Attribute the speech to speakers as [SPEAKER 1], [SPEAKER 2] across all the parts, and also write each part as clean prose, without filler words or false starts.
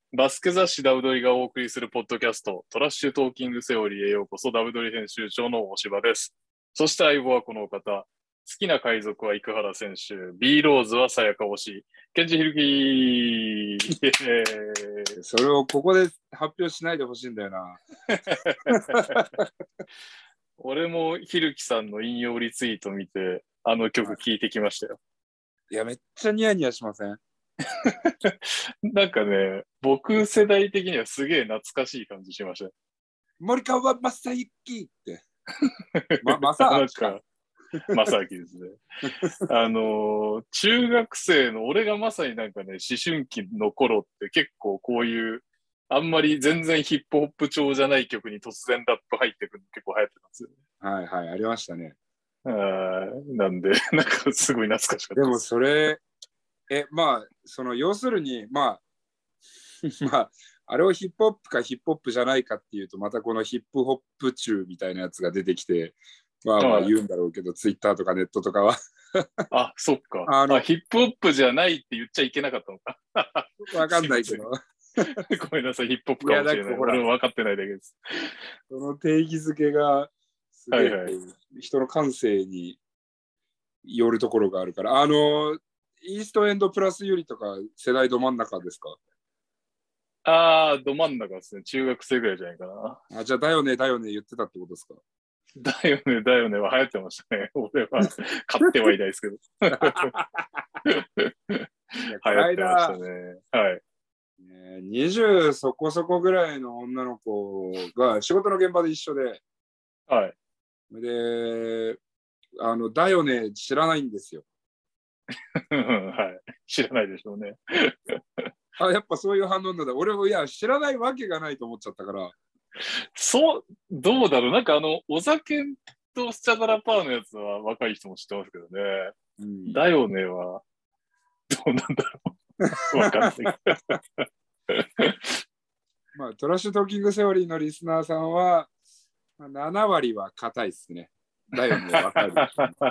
[SPEAKER 1] バスケ雑誌ダブドリがお送りするポッドキャスト、トラッシュトーキングセオリーへようこそ、ダブドリ編集長の大柴です。そして相棒はこの方、好きな海賊は生原選手、B ローズはさやか推し、ケンジヒルキー。
[SPEAKER 2] それをここで発表しないでほしいんだよな。
[SPEAKER 1] 俺もひるきさんの引用リツイート見て、あの曲聴いてきましたよ。
[SPEAKER 2] いや、めっちゃニヤニヤしません？
[SPEAKER 1] なんかね、僕世代的にはすげえ懐かしい感じしました。
[SPEAKER 2] 森川正幸って。正明か。
[SPEAKER 1] 正明ですね。中学生の俺がまさになんかね、思春期の頃って結構こういう、あんまり全然ヒップホップ調じゃない曲に突然ラップ入ってくるの結構流行ってたんですよね。
[SPEAKER 2] はいはい、ありましたね。
[SPEAKER 1] なんで、なんかすごい懐かしかったです。
[SPEAKER 2] でもそれ、まあ、要するに、まあ、あれをヒップホップかヒップホップじゃないかっていうと、またこのヒップホップ中みたいなやつが出てきて、まあ言うんだろうけど、ツイッターとかネットとかは。
[SPEAKER 1] あ、そっか。ヒップホップじゃないって言っちゃいけなかったのか。
[SPEAKER 2] わかんないけど。
[SPEAKER 1] ごめんなさい、ヒップホップかもしれない。俺も分かってないだけです。
[SPEAKER 2] その定義づけが、すげえ、人の感性によるところがあるから、イーストエンドプラスよりとか世代ど真ん中ですか？
[SPEAKER 1] ど真ん中ですね。中学生ぐらいじゃないかな。
[SPEAKER 2] じゃあ、だよね、だよね言ってたってことですか？
[SPEAKER 1] だよね、だよねは流行ってましたね。俺は買ってはいないですけど。流行ってましたね。はい。
[SPEAKER 2] 20そこそこぐらいの女の子が仕事の現場で一緒で、
[SPEAKER 1] はい。
[SPEAKER 2] で、だよね、知らないんですよ。
[SPEAKER 1] はい。知らないでしょうね。
[SPEAKER 2] やっぱそういう反応なんだ。俺もいや、知らないわけがないと思っちゃったから。
[SPEAKER 1] どうだろう。なんかお酒とスチャダラパーのやつは若い人も知ってますけどね。だよねは、どうなんだろう。わかんないけど。
[SPEAKER 2] まあ、トラッシュトーキングセオリーのリスナーさんは、7割は硬いっすね。だよね、わかる。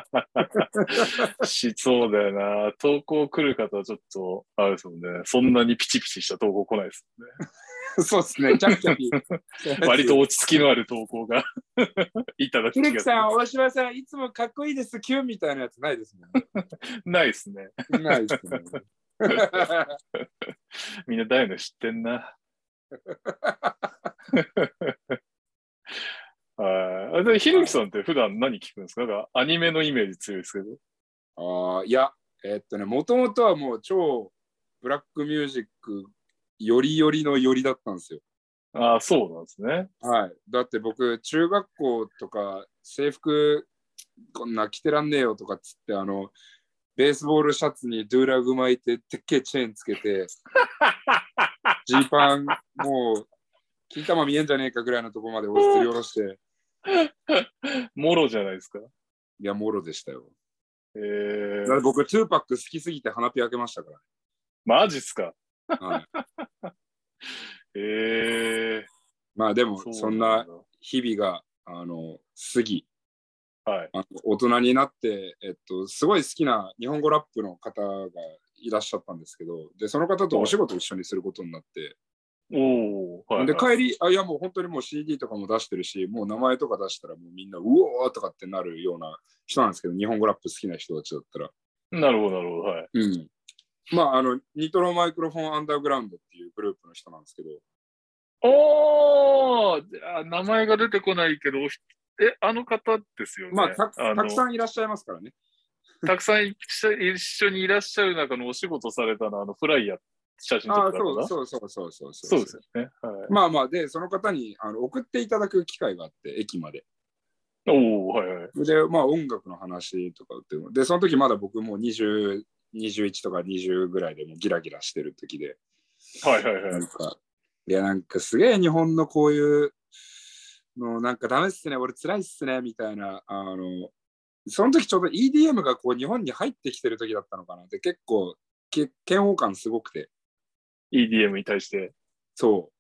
[SPEAKER 1] そうだよな。投稿来る方はちょっと、あれですもんね。そんなにピチピチした投稿来ないですもんね。
[SPEAKER 2] そうですね、キャピキャピ。
[SPEAKER 1] 割と落ち着きのある投稿がいただく気がする。
[SPEAKER 2] ひるきさん、大島さん、いつもかっこいいです、キュンみたいなやつないですもんね。
[SPEAKER 1] ないですね。
[SPEAKER 2] ないですね。
[SPEAKER 1] みんなだよね知ってんな。で、ひるきさんって普段何聞くんですか？なんかアニメのイメージ強いですけど。
[SPEAKER 2] いや、もともとはもう超ブラックミュージックよりよりのよりだったんですよ。
[SPEAKER 1] そうなんですね。
[SPEAKER 2] はい。だって僕、中学校とか制服こんな着てらんねえよとかっつって、ベースボールシャツにドゥーラグ巻いて、でっけえチェーンつけて、ジーパン、もう、金玉見えんじゃねえかぐらいのとこまでお釣り下ろして。
[SPEAKER 1] もろじゃないですか。
[SPEAKER 2] いや、もろでしたよ。
[SPEAKER 1] だって
[SPEAKER 2] 僕、2パック好きすぎて鼻ピ開けましたから。
[SPEAKER 1] マジっすか。
[SPEAKER 2] はい。まあでも、そんな日々が、過ぎ、
[SPEAKER 1] はい、
[SPEAKER 2] 大人になって、すごい好きな日本語ラップの方がいらっしゃったんですけど、で、その方とお仕事一緒にすることになって、で、帰り、いやもう本当にもう CD とかも出してるし、もう名前とか出したらもうみんな、うおーとかってなるような人なんですけど、日本語ラップ好きな人たちだったら。
[SPEAKER 1] なるほど、なるほど、はい。
[SPEAKER 2] まあ、ニトロマイクロフォンアンダーグラウンドっていうグループの人なんですけど。
[SPEAKER 1] 名前が出てこないけど、あの方ですよね。
[SPEAKER 2] まあ、たくさんいらっしゃいますからね。
[SPEAKER 1] たくさん一緒にいらっしゃる中のお仕事されたのフライヤー写真撮ったから
[SPEAKER 2] そう
[SPEAKER 1] ですよね。はい、
[SPEAKER 2] まあまあ、で、その方に送っていただく機会があって、駅まで。
[SPEAKER 1] はいはい。
[SPEAKER 2] で、まあ音楽の話とかで、その時まだ僕も20、21とか20ぐらいでもギラギラしてる時で。
[SPEAKER 1] はいはいはい。
[SPEAKER 2] なんかすげえ日本のこういうのなんかダメっすね、俺辛いっすね、みたいな、その時ちょうど EDM がこう日本に入ってきてる時だったのかな。で、結構、嫌悪感すごくて。
[SPEAKER 1] EDM に対して。
[SPEAKER 2] そう。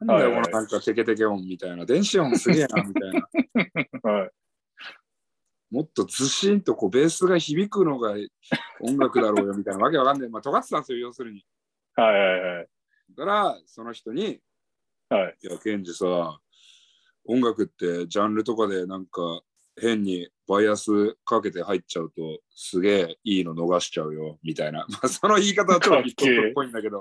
[SPEAKER 2] なんだよ、このなんかテケテケ音みたいな。電子音すげえな、みたいな。
[SPEAKER 1] はい。
[SPEAKER 2] もっとずしんとこうベースが響くのが音楽だろうよみたいなわけわかんない。まあ、尖ってたんですよ、要するに。
[SPEAKER 1] はいはいはい。
[SPEAKER 2] だからその人に、
[SPEAKER 1] はい。
[SPEAKER 2] いや、ケンジさ、音楽ってジャンルとかでなんか変にバイアスかけて入っちゃうとすげえいいの逃しちゃうよみたいな。まあ、その言い方は超ヒップホップっぽいんだけど。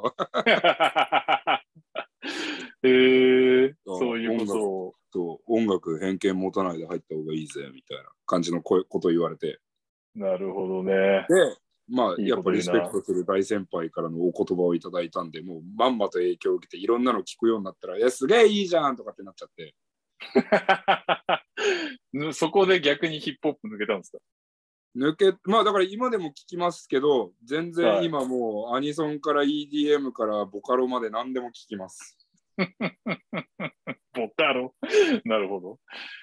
[SPEAKER 1] そういうことを。
[SPEAKER 2] 音楽偏見持たないで入った方がいいぜみたいな感じのことを言われて。
[SPEAKER 1] なるほどね。
[SPEAKER 2] で、まあ、
[SPEAKER 1] いい
[SPEAKER 2] やっぱリスペクトする大先輩からのお言葉をいただいたんで、もうまんまと影響を受けていろんなの聞くようになったら、いや、すげえいいじゃんとかってなっちゃって。
[SPEAKER 1] そこで逆にヒップホップ抜けたんですか？
[SPEAKER 2] まあだから今でも聞きますけど、全然今もうアニソンから EDM からボカロまで何でも聞きます。
[SPEAKER 1] ボカロなるほど。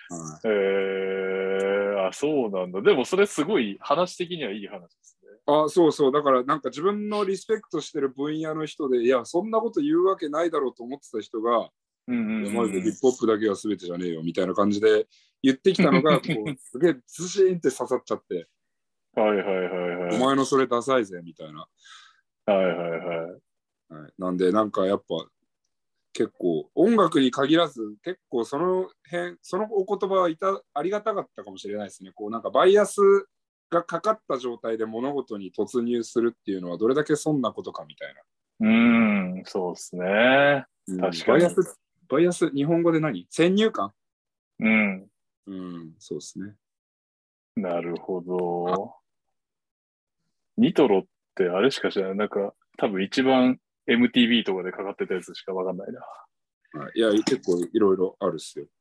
[SPEAKER 1] あ、そうなんだ。でもそれすごい話的にはいい話ですね。
[SPEAKER 2] あ、そうそう。だからなんか自分のリスペクトしてる分野の人で、いや、そんなこと言うわけないだろうと思ってた人が、マジでヒップホップだけは全てじゃねえよみたいな感じで言ってきたのが、こうすげえズシーンって刺さっちゃって。
[SPEAKER 1] はいはいはいはい。
[SPEAKER 2] お前のそれダサいぜみたいな。
[SPEAKER 1] はいはいはい。
[SPEAKER 2] はい、なんでなんかやっぱ結構音楽に限らず結構そのお言葉はありがたかったかもしれないですね。こうなんかバイアスがかかった状態で物事に突入するっていうのはどれだけ損なことかみたい
[SPEAKER 1] な。そうですね。確かに。
[SPEAKER 2] バイアス、日本語で何？先入観？そうですね。
[SPEAKER 1] なるほど。ニトロってあれしか知らない。なんか多分一番 MTV とかでかかってたやつしかわかんないな。
[SPEAKER 2] いや、結構いろいろあるっすよ。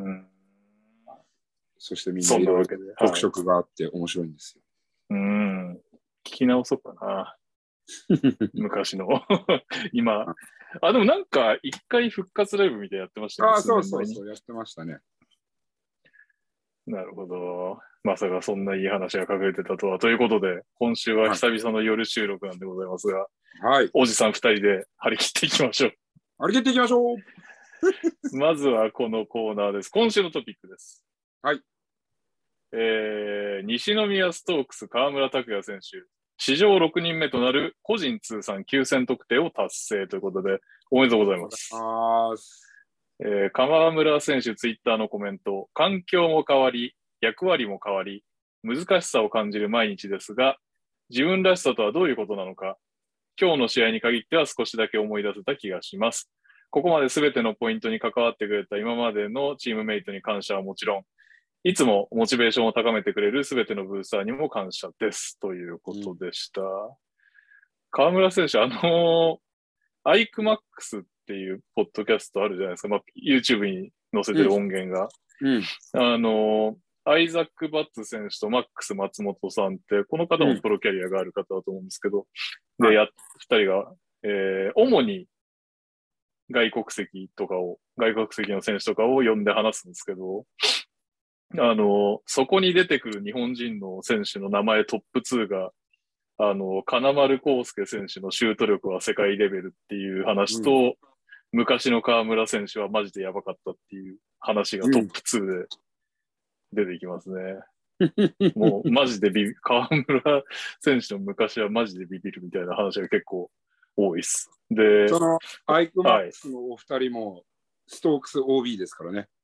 [SPEAKER 2] そしてみんないろいろ特色があって面白いんですよ。
[SPEAKER 1] 聞き直そうかな。昔の。今。でもなんか一回復活ライブみたいなやってましたね。
[SPEAKER 2] そうそうそう、やってましたね。
[SPEAKER 1] なるほど。まさかそんないい話が隠れてたとは。ということで、今週は久々の夜収録なんでございますが、
[SPEAKER 2] はい。
[SPEAKER 1] おじさん2人で張り切っていきましょう。
[SPEAKER 2] 張り切っていきましょう。
[SPEAKER 1] まずはこのコーナーです。今週のトピックです。
[SPEAKER 2] はい。
[SPEAKER 1] 西宮ストークス河村拓也選手、史上6人目となる個人通算9000得点を達成ということで、おめでとうございます。河村選手ツイッターのコメント、環境も変わり、役割も変わり、難しさを感じる毎日ですが、自分らしさとはどういうことなのか、今日の試合に限っては少しだけ思い出せた気がします。ここまで全てのポイントに関わってくれた今までのチームメイトに感謝はもちろん、いつもモチベーションを高めてくれる全てのブースターにも感謝です。ということでした。河村選手、アイクマックスっていうポッドキャストあるじゃないですか。YouTube に載せてる音源が。アイザック・バッツ選手とマックス松本さんって、この方もプロキャリアがある方だと思うんですけど、で、二人が、主に外国籍の選手とかを呼んで話すんですけど、そこに出てくる日本人の選手の名前トップ2が、金丸康介選手のシュート力は世界レベルっていう話と、昔の河村選手はマジでやばかったっていう話がトップ2で出てきますね。もうマジで河村選手の昔はマジでビビるみたいな話が結構多いっす。で、
[SPEAKER 2] そのアイクマックスのお二人もストークス OB ですからね。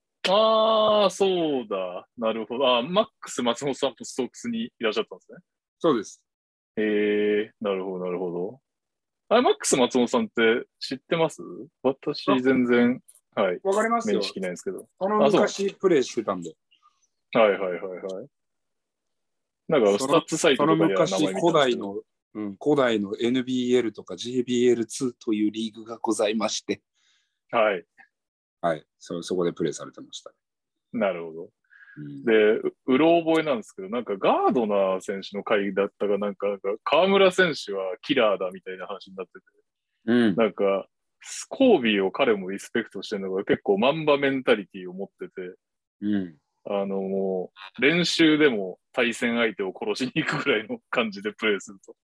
[SPEAKER 1] そうだ。なるほど。マックス松本さんとストークスにいらっしゃったんですね。
[SPEAKER 2] そうです。
[SPEAKER 1] なるほど、なるほど。マックス松本さんって知ってます？私全然、はい。
[SPEAKER 2] わかりますよ。
[SPEAKER 1] 面識ないんですけど。
[SPEAKER 2] 昔プレイしてたんで。
[SPEAKER 1] はいはいはいはい。なんかスタッツサイトとかでは名前見たんですけど。
[SPEAKER 2] 古代の NBL とか JBL2 というリーグがございまして。
[SPEAKER 1] はい。
[SPEAKER 2] はい。そこでプレイされてました。
[SPEAKER 1] なるほど。で、うろ覚えなんですけど、なんかガードナー選手の回だったかなんか河村選手はキラーだみたいな話になってて、なんか、コービーを彼もリスペクトしてるのが結構マンバメンタリティを持ってて、もう練習でも対戦相手を殺しに行くぐらいの感じでプレーすると。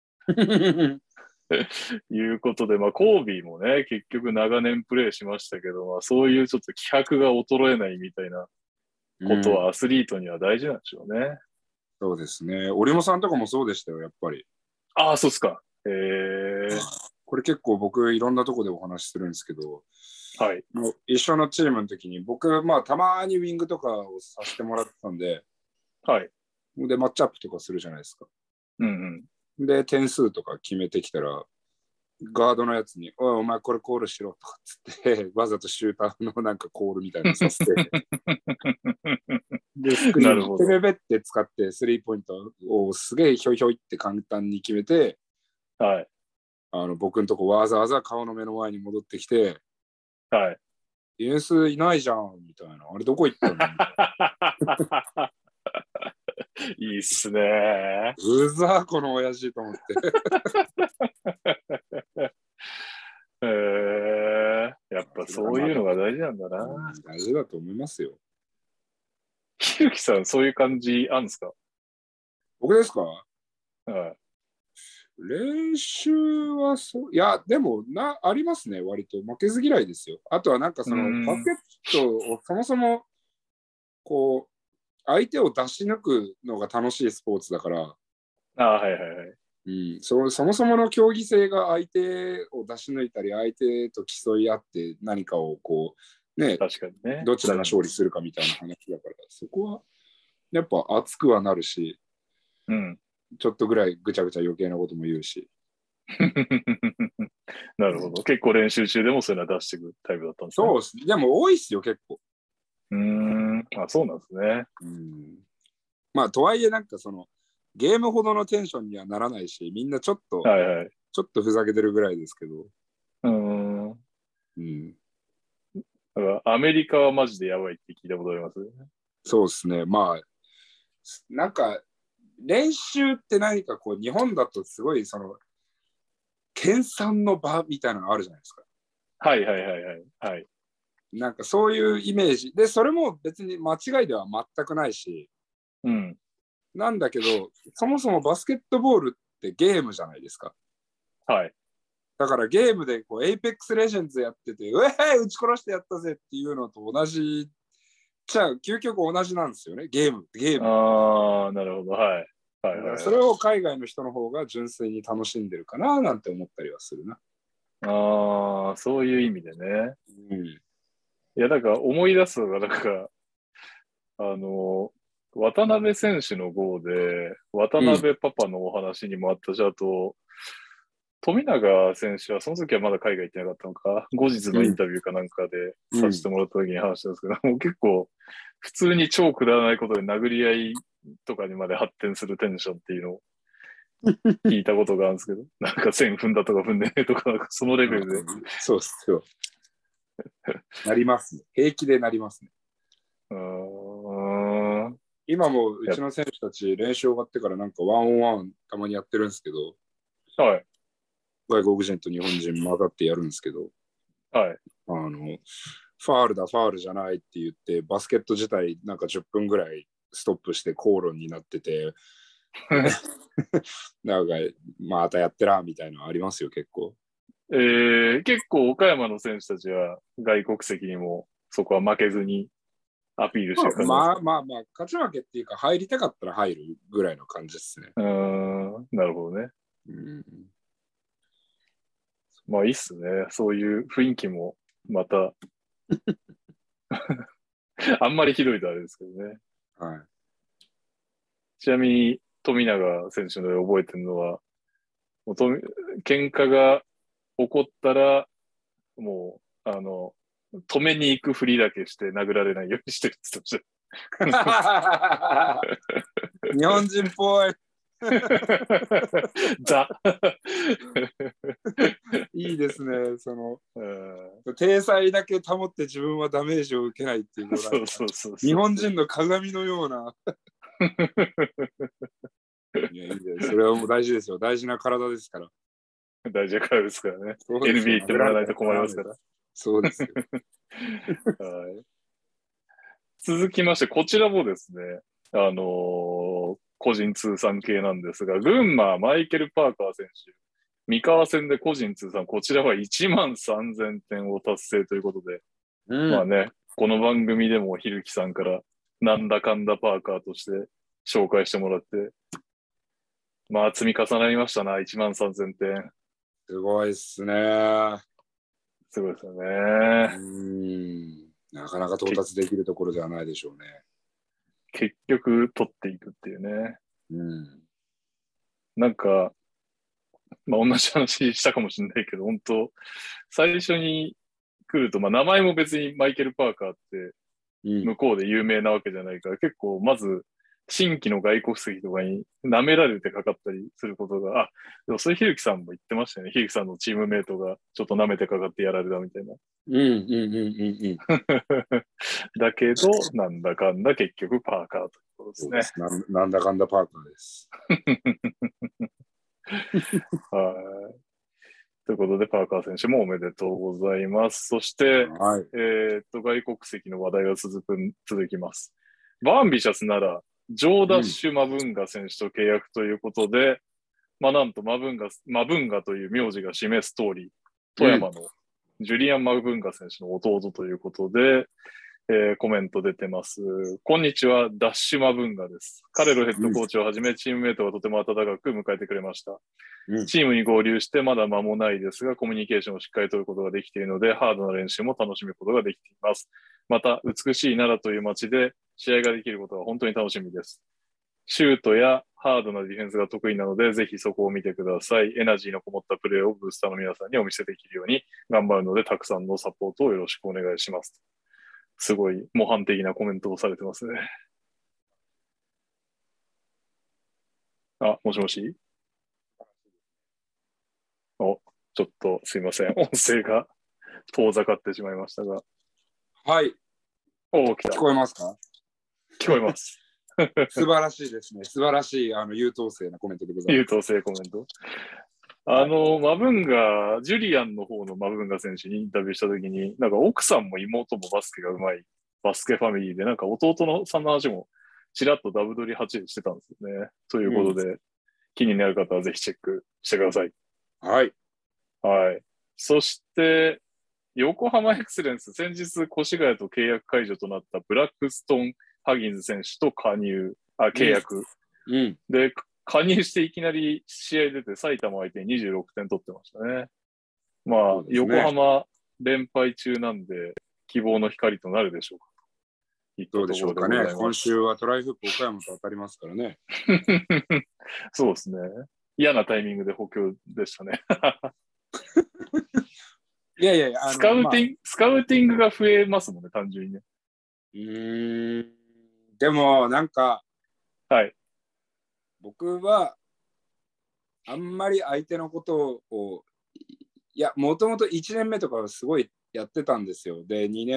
[SPEAKER 1] いうことで、コービーもね、結局長年プレーしましたけど、そういうちょっと気迫が衰えないみたいなことはアスリートには大事なんでしょうね。
[SPEAKER 2] そうですね。折茂さんとかもそうでしたよ、やっぱり。
[SPEAKER 1] そうっすか。
[SPEAKER 2] これ結構僕いろんなとこでお話しするんですけど、
[SPEAKER 1] はい。
[SPEAKER 2] もう一緒のチームの時に僕、まあたまにウィングとかをさせてもらってたんで、
[SPEAKER 1] はい。
[SPEAKER 2] で、マッチアップとかするじゃないですか。
[SPEAKER 1] うんうん。
[SPEAKER 2] で、点数とか決めてきたら、ガードのやつに、おい、お前これコールしろとかっつって、わざとシューターのなんかコールみたいなのさせて、で、スクリーン、ペ
[SPEAKER 1] なるほど。
[SPEAKER 2] ペペって使って、スリーポイントをすげえひょいひょいって簡単に決めて、
[SPEAKER 1] はい。
[SPEAKER 2] 僕のとこわざわざ顔の目の前に戻ってきて、
[SPEAKER 1] はい。
[SPEAKER 2] ディフェンスいないじゃんみたいな。あれどこ行ったの
[SPEAKER 1] いいっすね。
[SPEAKER 2] うざーこの親父と思って。
[SPEAKER 1] やっぱそういうのが大事なんだな。
[SPEAKER 2] 大事だと思いますよ。
[SPEAKER 1] ひるきさん、そういう感じあんですか？
[SPEAKER 2] 僕ですか？
[SPEAKER 1] はい。
[SPEAKER 2] 練習はそう、いや、でもありますね、割と。負けず嫌いですよ。あとはなんか
[SPEAKER 1] うー
[SPEAKER 2] バスケッ
[SPEAKER 1] ん。
[SPEAKER 2] トをそもそも、こう、相手を出し抜くのが楽しいスポーツだから、
[SPEAKER 1] ああ、はいはいはい。
[SPEAKER 2] そもそもの競技性が相手を出し抜いたり、相手と競い合って何かをね、
[SPEAKER 1] 確かにね。
[SPEAKER 2] どちらが勝利するかみたいな話だから、そこはやっぱ熱くはなるし、
[SPEAKER 1] うん。
[SPEAKER 2] ちょっとぐらいぐちゃぐちゃ余計なことも言うし。
[SPEAKER 1] なるほど。結構練習中でもそういうのは出していくタイプだったんですね。
[SPEAKER 2] そうですね。でも多いっすよ、結構。
[SPEAKER 1] あ、そうなんですね。
[SPEAKER 2] まあ、とはいえなんかゲームほどのテンションにはならないし、みんな
[SPEAKER 1] はいはい。
[SPEAKER 2] ちょっとふざけてるぐらいですけど。
[SPEAKER 1] うーん。
[SPEAKER 2] うん、
[SPEAKER 1] だからアメリカはマジでやばいって聞いたことあります。
[SPEAKER 2] そうですね。まあ、なんか、練習って何か日本だとすごい研鑽の場みたいなのあるじゃないですか。
[SPEAKER 1] はいはいはいはい。はい。
[SPEAKER 2] なんかそういうイメージ。で、それも別に間違いでは全くないし、
[SPEAKER 1] うん。
[SPEAKER 2] なんだけど、そもそもバスケットボールってゲームじゃないですか。
[SPEAKER 1] はい。
[SPEAKER 2] だからゲームでエイペックスレジェンズやってて、撃ち殺してやったぜっていうのと同じ、究極同じなんですよね、ゲーム。
[SPEAKER 1] ああ、なるほど。はい。はいはいはい。
[SPEAKER 2] それを海外の人の方が純粋に楽しんでるかななんて思ったりはするな。
[SPEAKER 1] ああ、そういう意味でね。
[SPEAKER 2] うん。
[SPEAKER 1] いや、なんか思い出すのが、なんか、あの、渡辺選手の号で、渡
[SPEAKER 2] うん。
[SPEAKER 1] 辺パパのお話にもあったし、あと、富永選手は、その時はまだ海外行ってなかったのか、後日のイン
[SPEAKER 2] うん。
[SPEAKER 1] タビューかなんかで
[SPEAKER 2] うん。
[SPEAKER 1] させてもらった時に話したんですけど、もう結構、普通に超くだらないことで殴り合いとかにまで発展するテンションっていうのを聞いたことがあるんですけど、なんか線踏んだとか踏んでねえとか、なんかそのレベルで。
[SPEAKER 2] そうっすよ。なりますね。平気でなりますね。
[SPEAKER 1] うーん。
[SPEAKER 2] 今もう
[SPEAKER 1] や、
[SPEAKER 2] ちの選手たち練習終わってからなんかワンオンワンたまにやってるんですけど、
[SPEAKER 1] はい。
[SPEAKER 2] 外国人と日本人混ざってやるんですけど、
[SPEAKER 1] はい。
[SPEAKER 2] ファールだ、ファールじゃないって言って、バスケット自体なんか10分ぐらいストップして口論になってて、なんか、またやってらみたいなのありますよ、結構。
[SPEAKER 1] 結構岡山の選手たちは外国籍にもそこは負けずにアピールしてる感じなんですか？
[SPEAKER 2] 勝ち負けっていうか、入りたかったら入るぐらいの感じですね。
[SPEAKER 1] なるほどね。
[SPEAKER 2] うん、
[SPEAKER 1] まあいいっすね。そういう雰囲気もまたあんまりひどいとあれですけどね。
[SPEAKER 2] はい。
[SPEAKER 1] ちなみに富永選手ので覚えてるのは、もう喧嘩が起こったら、もう、止めに行くふりだけして殴られないようにしてるって言ってました。
[SPEAKER 2] 日本人っぽい。
[SPEAKER 1] ザ。
[SPEAKER 2] いいですね。体裁だけ保って自分はダメージを受けないっていう、
[SPEAKER 1] そうそうそう
[SPEAKER 2] 日
[SPEAKER 1] そう。
[SPEAKER 2] 本人の鏡のような。いや、いいです。それはもう大事ですよ。大事な体ですから。
[SPEAKER 1] 大事なからですからね。
[SPEAKER 2] そうですよ。
[SPEAKER 1] NBA 行ってもらわないと困りますから。
[SPEAKER 2] そうですよ。
[SPEAKER 1] はい、続きまして、こちらもですね、個人通算系なんですが、群馬、マイケル・パーカー選手、三河戦で個人通算、こちらは1万3000点を達成ということで、まあね、この番組でもひるきさんからなんだかんだパーカーとして紹介してもらって、まあ積み重なりましたな、1万3000点。
[SPEAKER 2] すごいっすね。
[SPEAKER 1] すごいですよね。
[SPEAKER 2] なかなか到達できるところではないでしょうね。
[SPEAKER 1] 結局取っていくっていうね。
[SPEAKER 2] うん。
[SPEAKER 1] なんか、まあ、同じ話したかもしれないけど、本当最初に来ると、まあ、名前も別にマイケル・パーカーって向こうで有名なわけじゃないから、結構まず新規の外国籍とかに舐められてかかったりすることが、あ、でもそれひるきさんも言ってましたよね。ひるきさんのチームメイトがちょっと舐めてかかってやられたみたいな。だけど、なんだかんだ結局パーカーということですね。
[SPEAKER 2] なんだかんだパーカーです。
[SPEAKER 1] はい。ということで、パーカー選手もおめでとうございます。そして、
[SPEAKER 2] はい、
[SPEAKER 1] 外国籍の話題が続きます。バーンビシャスなら、ジョーダッシュ・マブンガ選手と契約ということで、まあなんとマブンガという名字が示す通り、富山のジュリアン・マブンガ選手の弟ということで、コメント出てます。こんにちは、ダッシュマブンガです。彼のヘッドコーチをはじめ、チームメイトがとても温かく迎えてくれました。チームに合流してまだ間もないですが、コミュニケーションをしっかり取ることができているので、ハードな練習も楽しむことができています。また、美しい奈良という街で試合ができることは本当に楽しみです。シュートやハードなディフェンスが得意なので、ぜひそこを見てください。エナジーのこもったプレーをブースターの皆さんにお見せできるように頑張るので、たくさんのサポートをよろしくお願いします。すごい模範的なコメントをされてますね。あ、もしもし。お、ちょっとすいません。音声が遠ざかってしまいましたが。
[SPEAKER 2] はい。
[SPEAKER 1] お、来た。
[SPEAKER 2] 聞こえますか？
[SPEAKER 1] 聞こえます。
[SPEAKER 2] 素晴らしいですね。素晴らしい優等生なコメントでございます。
[SPEAKER 1] 優等生コメント。マブンガ、ジュリアンの方のマブンガ選手にインタビューしたときに、なんか奥さんも妹もバスケがうまいバスケファミリーで、なんか弟のさんの話もちらっとダブドリ8でしてたんですよね。ということで、気になる方はぜひチェックしてください。
[SPEAKER 2] はい。
[SPEAKER 1] はい。そして、横浜エクセレンス、先日、越谷と契約解除となったブラックストン・ハギンズ選手と契約。で、加入していきなり試合出て埼玉相手に26点取ってましたね。まあ、横浜連敗中なんで、希望の光となるでしょうか。
[SPEAKER 2] どうでしょうかね。今週はトライフップ岡山と当たりますからね。
[SPEAKER 1] そうですね。嫌なタイミングで補強でしたね。
[SPEAKER 2] いやいや、
[SPEAKER 1] スカウティングが増えますもんね、単純にね。
[SPEAKER 2] でも、なんか、
[SPEAKER 1] はい。
[SPEAKER 2] 僕は、あんまり相手のことを、いや、もともと1年目とかはすごいやってたんですよ。で、2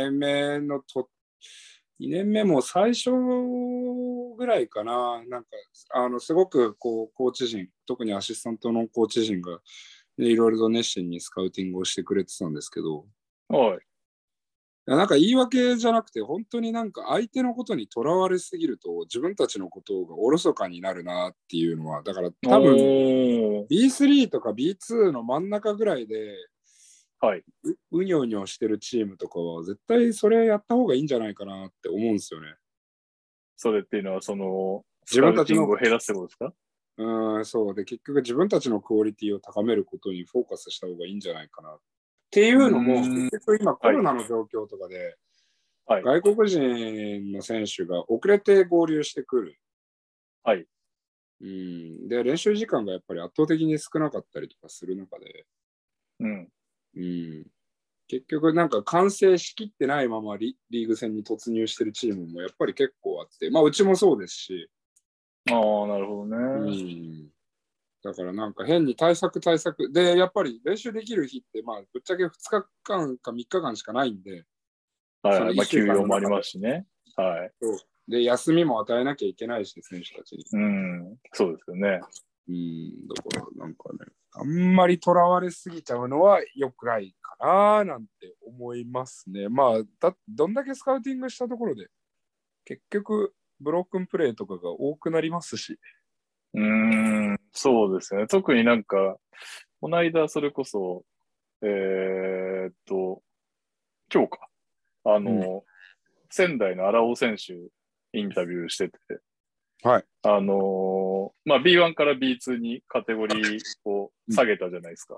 [SPEAKER 2] 年目も最初ぐらいかな、なんか、すごくコーチ陣、特にアシスタントのコーチ陣が、いろいろと熱心にスカウティングをしてくれてたんですけど、
[SPEAKER 1] はい。
[SPEAKER 2] なんか言い訳じゃなくて、本当になんか相手のことにとらわれすぎると、自分たちのことがおろそかになるなっていうのは、だから多分 B3 とか B2 の真ん中ぐらいで、
[SPEAKER 1] はい、
[SPEAKER 2] うにょうにょしてるチームとかは、絶対それやった方がいいんじゃないかなって思うんですよね。
[SPEAKER 1] それっていうのは、自分たちのを減らすってことですか？
[SPEAKER 2] そうで、結局自分たちのクオリティを高めることにフォーカスした方がいいんじゃないかなっていうのも、結局今コロナの状況とかで、はい、外国人の選手が遅れて合流してくる。
[SPEAKER 1] はい。
[SPEAKER 2] で、練習時間がやっぱり圧倒的に少なかったりとかする中で、結局なんか完成しきってないままリーグ戦に突入してるチームもやっぱり結構あって、まあうちもそうですし。
[SPEAKER 1] ああ、なるほどね。
[SPEAKER 2] だからなんか変に対策で、やっぱり練習できる日って、まあぶっちゃけ2日間か3日間しかないんで、
[SPEAKER 1] はい、まあ休養もありますしね。はい。
[SPEAKER 2] で、休みも与えなきゃいけないし、選手たちに。
[SPEAKER 1] そうですよね。
[SPEAKER 2] だからなんかね、あんまりとらわれすぎちゃうのは良くないかななんて思いますね。まあどんだけスカウティングしたところで、結局ブロークンプレーとかが多くなりますし。
[SPEAKER 1] そうですよね。特になんか、この間それこそ、今日か。仙台の荒尾選手インタビューしてて、
[SPEAKER 2] はい。
[SPEAKER 1] まあ、B1 から B2 にカテゴリーを下げたじゃないですか。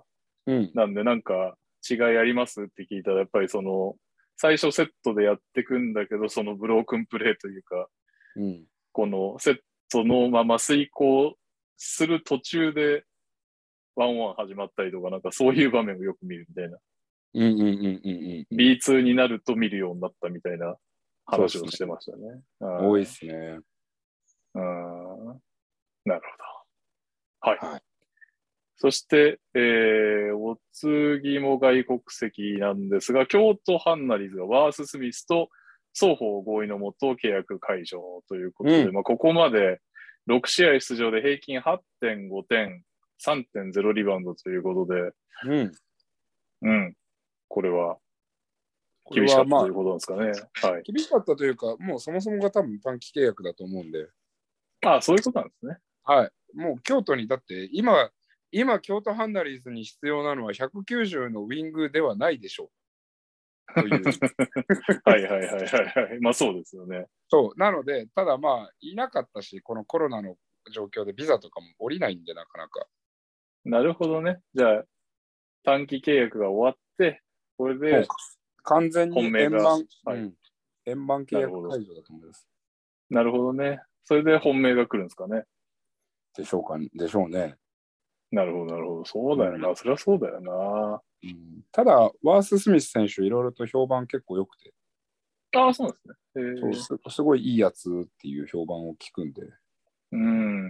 [SPEAKER 2] うん。
[SPEAKER 1] なんでなんか違いありますって聞いたら、やっぱりその、最初セットでやってくんだけど、そのブロークンプレーというか、
[SPEAKER 2] うん。
[SPEAKER 1] このセットのまま遂行する途中でワンワン始まったりとか、なんかそういう場面をよく見るみたいな。
[SPEAKER 2] うんうんうんうんうん。
[SPEAKER 1] B2 になると見るようになったみたいな
[SPEAKER 2] そうですね。
[SPEAKER 1] 話をしてましたね。
[SPEAKER 2] 多いですね。
[SPEAKER 1] うん、なるほど。はい。
[SPEAKER 2] はい。
[SPEAKER 1] そして、お次も外国籍なんですが、京都ハンナリーズがワース・スミスと双方合意のもと契約解除ということで、
[SPEAKER 2] うん。
[SPEAKER 1] まあ、ここまで6試合出場で平均8.5点、3.0リバウンドということで、
[SPEAKER 2] うん。
[SPEAKER 1] うん、これは
[SPEAKER 2] これ
[SPEAKER 1] 厳しか
[SPEAKER 2] はまあ、
[SPEAKER 1] ったということなんですかね。はい。
[SPEAKER 2] 厳しかったというか、もうそもそもが多分短期契約だと思うんで、
[SPEAKER 1] ああ、そういうことなんですね。
[SPEAKER 2] はい。もう京都に、だって今京都ハンナリーズに必要なのは190のウィングではないでしょうという。
[SPEAKER 1] はいはいはいはいはい。まあそうですよね。
[SPEAKER 2] そう。なので、ただまあ、いなかったし、このコロナの状況でビザとかも降りないんで、なかなか。
[SPEAKER 1] なるほどね。じゃあ、短期契約が終わって、これ
[SPEAKER 2] もう
[SPEAKER 1] で
[SPEAKER 2] 完全に
[SPEAKER 1] 本命が、はい。
[SPEAKER 2] 円満契
[SPEAKER 1] なるほど。
[SPEAKER 2] 約解除だと思います。
[SPEAKER 1] なるほどね。それで本命が来るんですかね。
[SPEAKER 2] でしょうね。
[SPEAKER 1] なるほど、なるほど。そうだよ
[SPEAKER 2] うん。
[SPEAKER 1] な。そりゃそうだよな。
[SPEAKER 2] うん、ただ、ワース・スミス選手、いろいろと評判結構良くて、
[SPEAKER 1] ああ、そうなんですね。
[SPEAKER 2] そうすごいいいやつっていう評判を聞くんで。
[SPEAKER 1] うん、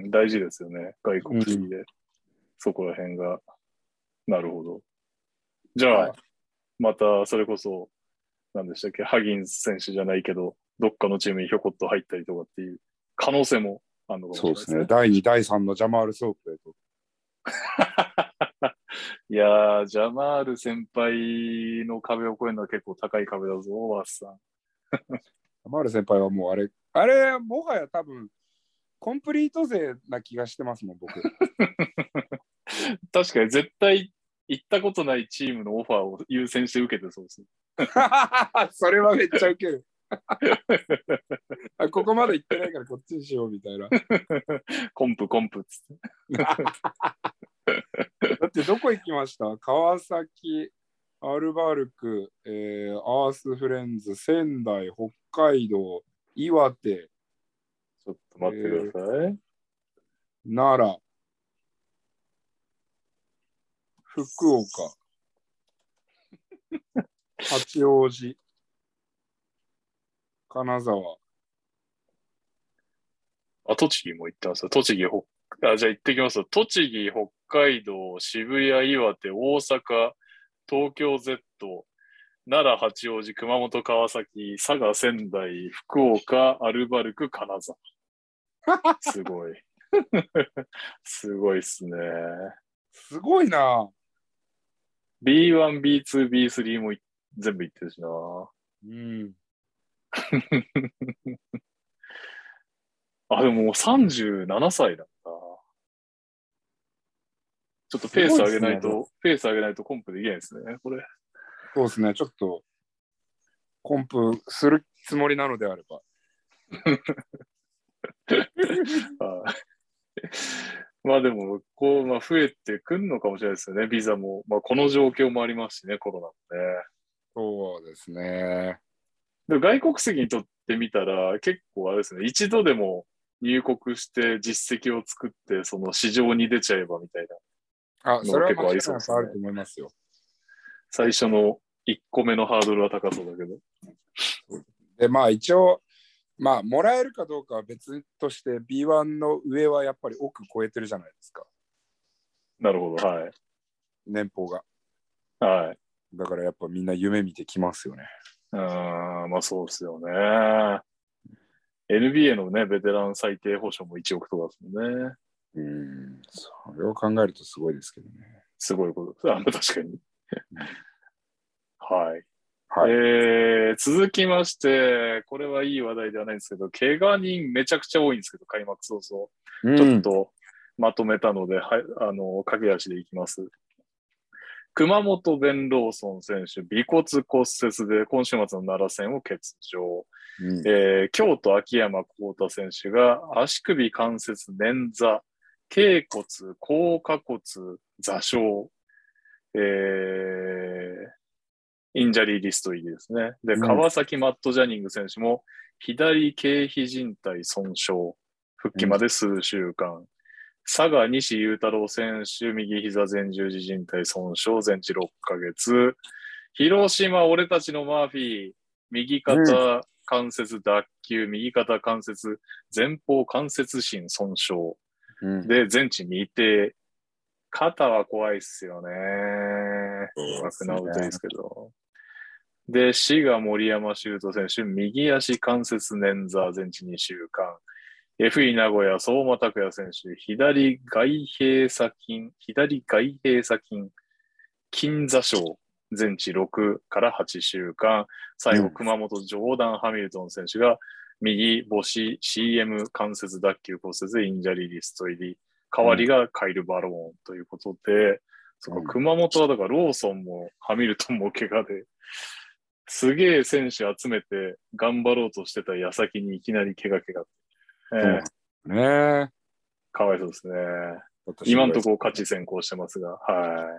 [SPEAKER 1] 大事ですよね。外
[SPEAKER 2] うん。
[SPEAKER 1] 国籍で。そこら辺が。なるほど。じゃ
[SPEAKER 2] はい。
[SPEAKER 1] あ、また、それこそ、何でしたっけ、ハギンス選手じゃないけど、どっかのチームにひょこっと入ったりとかっていう可能性もあるのかも
[SPEAKER 2] そうですね。
[SPEAKER 1] しれないですね。
[SPEAKER 2] 第2、第3のジャマール・ソープへと。
[SPEAKER 1] いやー、ジャマール先輩の壁を越えるのは結構高い壁だぞ、ワースさん。
[SPEAKER 2] ジャマール先輩はもうあれ、もはや多分、コンプリート勢な気がしてますもん、僕。
[SPEAKER 1] 確かに絶対行ったことないチームのオファーを優先して受けてそうです。
[SPEAKER 2] それはめっちゃウケる。ここまで行ってないからこっちにしようみたいな。
[SPEAKER 1] コンプコンプっつって。
[SPEAKER 2] だってどこ行きました？川崎、アルバルク、アースフレンズ、仙台、北海道、岩手、
[SPEAKER 1] ちょっと待ってください。
[SPEAKER 2] 奈良、福岡、八王子、金沢。
[SPEAKER 1] あ、栃木も行ったんですよ。栃木、じゃあ行ってきますよ。栃木、北海道、渋谷、岩手、大阪、東京 Z、奈良、八王子、熊本、川崎、佐賀、仙台、福岡、アルバルク、金沢。すごい。すごいっすね。
[SPEAKER 2] すごいな。
[SPEAKER 1] B1、B2、B3 も全部行ってるしな。
[SPEAKER 2] うん。
[SPEAKER 1] あ、でももう37歳だった。ちょっと
[SPEAKER 2] すごいっすね。
[SPEAKER 1] ペース上げないとコンプできないですね、これ。
[SPEAKER 2] そうですね。ちょっとコンプするつもりなのであれば。
[SPEAKER 1] まあでも、まあ増えてくんのかもしれないですよね、ビザも。まあこの状況もありますしね、コロナってね。
[SPEAKER 2] そうですね。
[SPEAKER 1] でも外国籍にとってみたら、結構あれですね、一度でも入国して実績を作って、その市場に出ちゃえばみたい
[SPEAKER 2] あ、
[SPEAKER 1] なのが
[SPEAKER 2] それは間違
[SPEAKER 1] 結構ありそう
[SPEAKER 2] いな
[SPEAKER 1] ですね。
[SPEAKER 2] くあると思いますよ。
[SPEAKER 1] 最初の1個目のハードルは高そうだけど。
[SPEAKER 2] で、まあ一応、まあもらえるかどうかは別として B1 の上はやっぱり億超えてるじゃないですか。
[SPEAKER 1] なるほど、はい。
[SPEAKER 2] 年俸が。
[SPEAKER 1] はい。
[SPEAKER 2] だからやっぱみんな夢見てきますよね。
[SPEAKER 1] まあそうですよね。NBA のね、ベテラン最低保証も1億とかですもんね。
[SPEAKER 2] それを考えるとすごいですけどね。
[SPEAKER 1] すごいこと。確かに。はい。
[SPEAKER 2] はい。
[SPEAKER 1] 続きまして、これはいい話題ではないんですけど、怪我人めちゃくちゃ多いんですけど、開幕早々。ちょっとまとめたので、はい、駆け足でいきます。熊本ベンローソン選手、尾骨骨折で今週末の奈良戦を欠場。京都秋山幸太選手が足首関節捻挫、頸骨、甲下骨、座礁。 インジャリーリスト入りですね。で、川崎マット・ジャニング選手も左経皮靭帯損傷、復帰まで数週間。佐賀西雄太郎選手、右膝前十字靭帯損傷、全治6ヶ月。広島、俺たちのマーフィー、右肩関節脱臼、右肩関節、前方関節芯損傷。で、全治未定。肩は怖いっすよね。枠直るといいですけど。で、滋賀森山修斗選手、右足関節捻挫、全治2週間。FE 名古屋、相馬拓也選手、左外閉鎖筋、筋座症、全治6から8週間。最後、熊本ジョーダン・ハミルトン選手が、右母子 CM 関節脱臼骨折インジャリーリスト入り。代わりがカイル・バローンということで、熊本はだからローソンもハミルトンも怪我で、すげえ選手集めて頑張ろうとしてた矢先にいきなり怪我。
[SPEAKER 2] ね、
[SPEAKER 1] かわいそうですね。今のところ勝ち先行してますが、はい。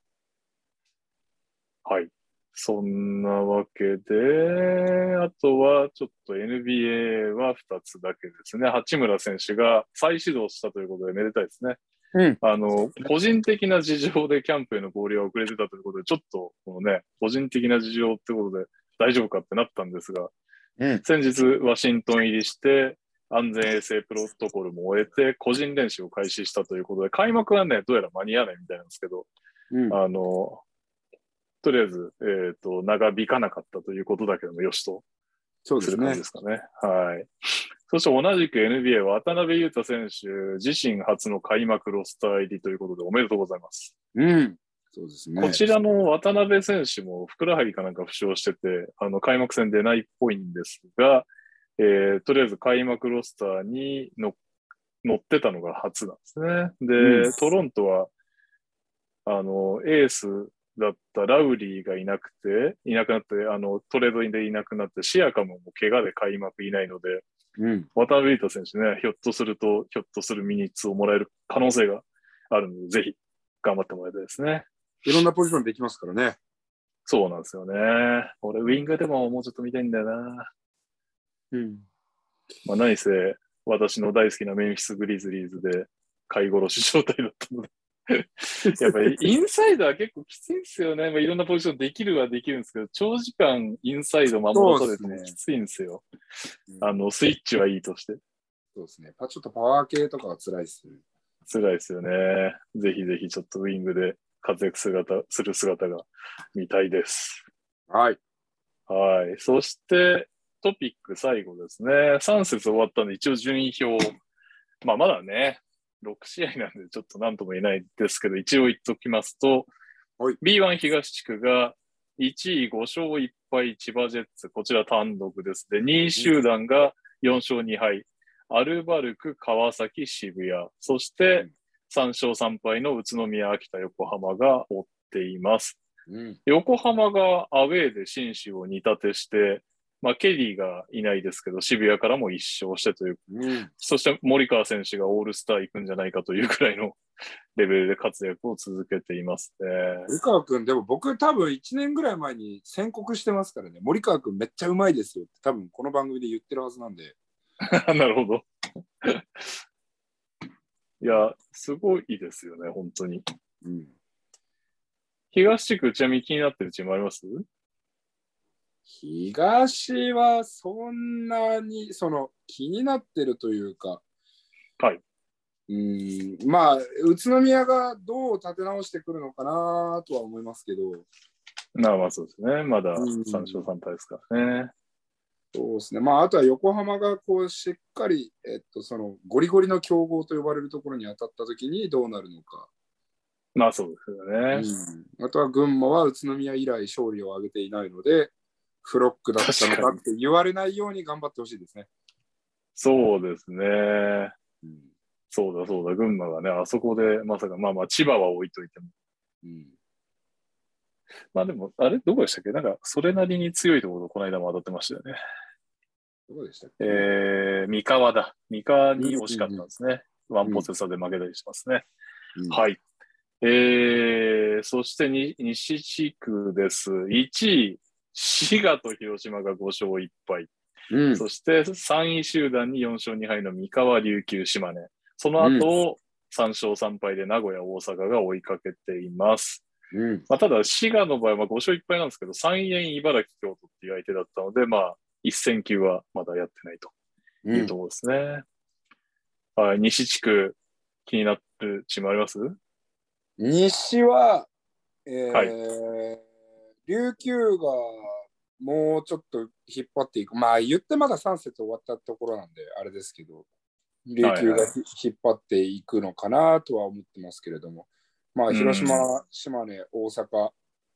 [SPEAKER 1] はい。そんなわけで、あとはちょっと NBA は2つだけですね。八村選手が再始動したということでめでたいですね。個人的な事情でキャンプへの合流が遅れてたということで、ちょっとこのね、個人的な事情ってことで大丈夫かってなったんですが、先日ワシントン入りして安全衛生プロトコルも終えて個人練習を開始したということで、開幕はね、どうやら間に合わないみたいなんですけど、とりあえず、長引かなかったということだけども、よしとする感じですかね。はい。そして同じく NBA は渡辺裕太選手自身初の開幕ロスター入りということでおめでとうございます。
[SPEAKER 2] そうですね。
[SPEAKER 1] こちらの渡辺選手もふくらはぎかなんか負傷してて、開幕戦出ないっぽいんですが、とりあえず開幕ロスターに乗ってたのが初なんですね。で、トロントは、エースだったラウリーがいなくなって、トレードでいなくなって、シアカムも怪我で開幕いないので、渡辺裕太選手ね、ひょっとするミニッツをもらえる可能性があるので、ぜひ頑張ってもらいたいですね。
[SPEAKER 2] いろんなポジションできますからね。
[SPEAKER 1] そうなんですよね。俺、ウィングでももうちょっと見たいんだよな。まあ、何せ、私の大好きなメンフィス・グリズリーズで、飼い殺し状態だったので。やっぱりインサイドは結構きついんですよね。まあ、いろんなポジションできるはできるんですけど、長時間インサイド守らされてもきついんですよ。スイッチはいいとして。
[SPEAKER 2] そうですね。ちょっとパワー系とかは辛いですね。
[SPEAKER 1] 辛いですよね。ぜひぜひちょっとウィングで活躍する姿が見たいです。
[SPEAKER 2] はい。
[SPEAKER 1] はい。そして、トピック最後ですね。3節終わったんで、一応順位表。まだね、6試合なんでちょっと何とも言えないですけど、一応言っときますと、B1 東地区が1位5勝1敗千葉ジェッツ、こちら単独です。で、2位集団が4勝2敗、アルバルク、川崎、渋谷、そして3勝3敗の宇都宮、秋田、横浜が追っています。横浜がアウェーで紳士を煮立てして、ケリーがいないですけど、渋谷からも1勝してという、そして森川選手がオールスター行くんじゃないかというくらいのレベルで活躍を続けていますね。
[SPEAKER 2] 森川君、でも僕多分1年ぐらい前に宣告してますからね、森川君めっちゃうまいですよって多分この番組で言ってるはずなんで。
[SPEAKER 1] なるほど。いや、すごいですよね、本当に。東地区、ちなみに気になってるチームあります？
[SPEAKER 2] 東はそんなに気になってるというか、
[SPEAKER 1] はい。
[SPEAKER 2] 宇都宮がどう立て直してくるのかなとは思いますけど。
[SPEAKER 1] そうですね。まだ3勝3敗ですからね。
[SPEAKER 2] そうですね。あとは横浜がしっかり、ゴリゴリの強豪と呼ばれるところに当たったときにどうなるのか。
[SPEAKER 1] そうですよね。
[SPEAKER 2] あとは群馬は宇都宮以来勝利を挙げていないので、フロックだったのかって言われないように頑張ってほしいですね。
[SPEAKER 1] そうですね。そうだ。群馬がね、あそこでまさか、千葉は置いといても。でも、あれどこでしたっけ？なんか、それなりに強いところ、この間も当たってましたよね。
[SPEAKER 2] どこでしたっけ？
[SPEAKER 1] 三河だ。三河に惜しかったんですね。ワンポセサで負けたりしますね。はい。 そして西地区です。1位、滋賀と広島が5勝1敗。そして3位集団に4勝2敗の三河、琉球、島根。その後を3勝3敗で名古屋、大阪が追いかけています。ただ、滋賀の場合は5勝1敗なんですけど、3位茨城、京都っていう相手だったので、一戦級はまだやってないというところですね。はい、西地区、気になるチームあります？
[SPEAKER 2] 西は、
[SPEAKER 1] はい、
[SPEAKER 2] 琉球がもうちょっと引っ張っていく。言ってまだ3節終わったところなんで、あれですけど、琉球が引っ張っていくのかなとは思ってますけれども、広島、島根、大阪、あ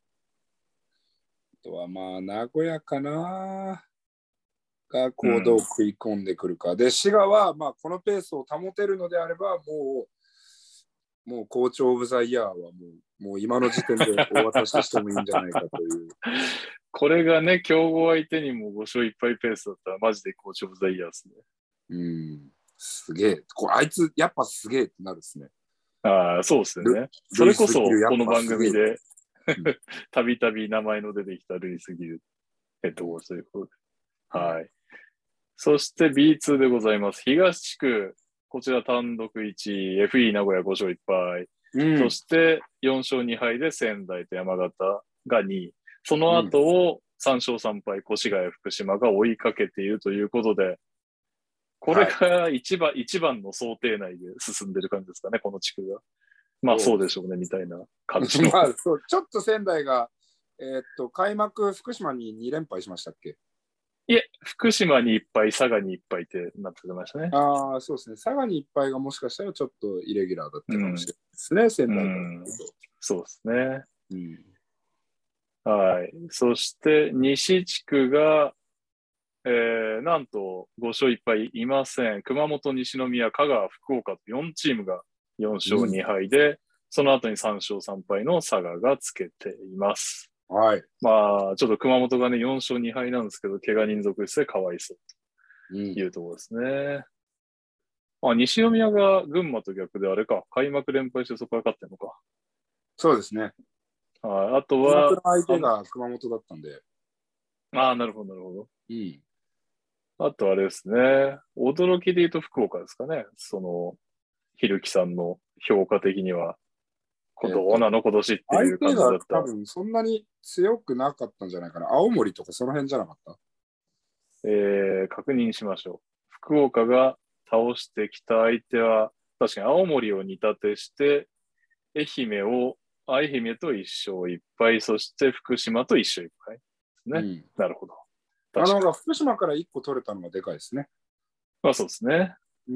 [SPEAKER 2] とは名古屋かながどう食い込んでくるか。で、滋賀はこのペースを保てるのであれば、もう校長オブザイヤーはもう今の時点でお渡ししてもいいんじゃないかという。
[SPEAKER 1] これがね、強豪相手にも5勝1敗ペースだったらマジで校長オブザイヤーですね。
[SPEAKER 2] すげえ。あいつやっぱすげえってなるですね。
[SPEAKER 1] そうですよね。それこそこの番組でたびたび名前の出てきたルイス・ギルヘッドコーチということで。はい。そして B2 でございます。東地区、こちら単独1位、FE 名古屋5勝1敗。そして4勝2敗で仙台と山形が2位。その後を3勝3敗、越谷、福島が追いかけているということで、これが一番の想定内で進んでる感じですかね、この地区が。そうでしょうね、みたいな感じの。
[SPEAKER 2] そうちょっと仙台が、開幕、福島に2連敗しましたっけ？
[SPEAKER 1] いえ、福島に1敗、佐賀に1敗ってなってましたね。
[SPEAKER 2] そうですね。佐賀に1敗がもしかしたらちょっとイレギュラーだったかもしれないですね、仙台から。
[SPEAKER 1] そうですね。はい。そして、西地区が、なんと5勝1敗いません。熊本、西宮、香川、福岡と4チームが4勝2敗で、その後に3勝3敗の佐賀がつけています。
[SPEAKER 2] はい。
[SPEAKER 1] ちょっと熊本がね、4勝2敗なんですけど、怪我人続出でかわいそうというところですね。西宮が群馬と逆であれか、開幕連敗してそこから勝ってんのか。
[SPEAKER 2] そうですね。
[SPEAKER 1] あとは。
[SPEAKER 2] 相手が熊本だったんで。
[SPEAKER 1] なるほど、なるほど。あとあれですね。驚きで言うと福岡ですかね。ひるきさんの評価的には。どうなの今年っていう感じだった。
[SPEAKER 2] 相手が多分そんなに強くなかったんじゃないかな。青森とかその辺じゃなかった？
[SPEAKER 1] 確認しましょう。福岡が倒してきた相手は、確かに青森を煮立てして、愛媛と1勝1敗、そして福島と1勝1敗ですね。なるほど。
[SPEAKER 2] 福島から1個取れたのがでかいですね。
[SPEAKER 1] そうですね。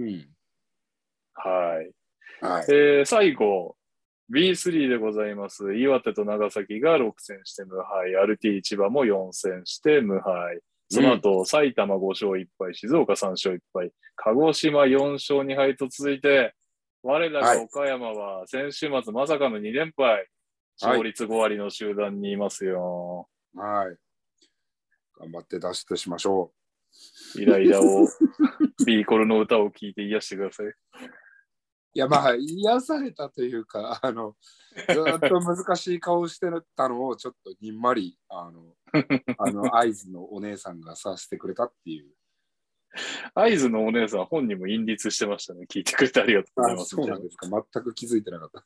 [SPEAKER 1] はい。最後、B3 でございます。岩手と長崎が6戦して無敗。RT 千葉も4戦して無敗。その後、埼玉5勝1敗、静岡3勝1敗、鹿児島4勝2敗と続いて、我らが岡山は先週末まさかの2連敗。勝率5割の集団にいますよ。
[SPEAKER 2] はい。頑張って脱出しましょ
[SPEAKER 1] う。イライラを、ビーコルの歌を聴いて癒してください。
[SPEAKER 2] いや、癒されたというか、ずっと難しい顔してたのをちょっとにんまり、合図のお姉さんがさせてくれたっていう。
[SPEAKER 1] 合図のお姉さん本人も隠立してましたね。聞いてくれてありがとうございます。
[SPEAKER 2] そうなんですか。全く気づいてなかった。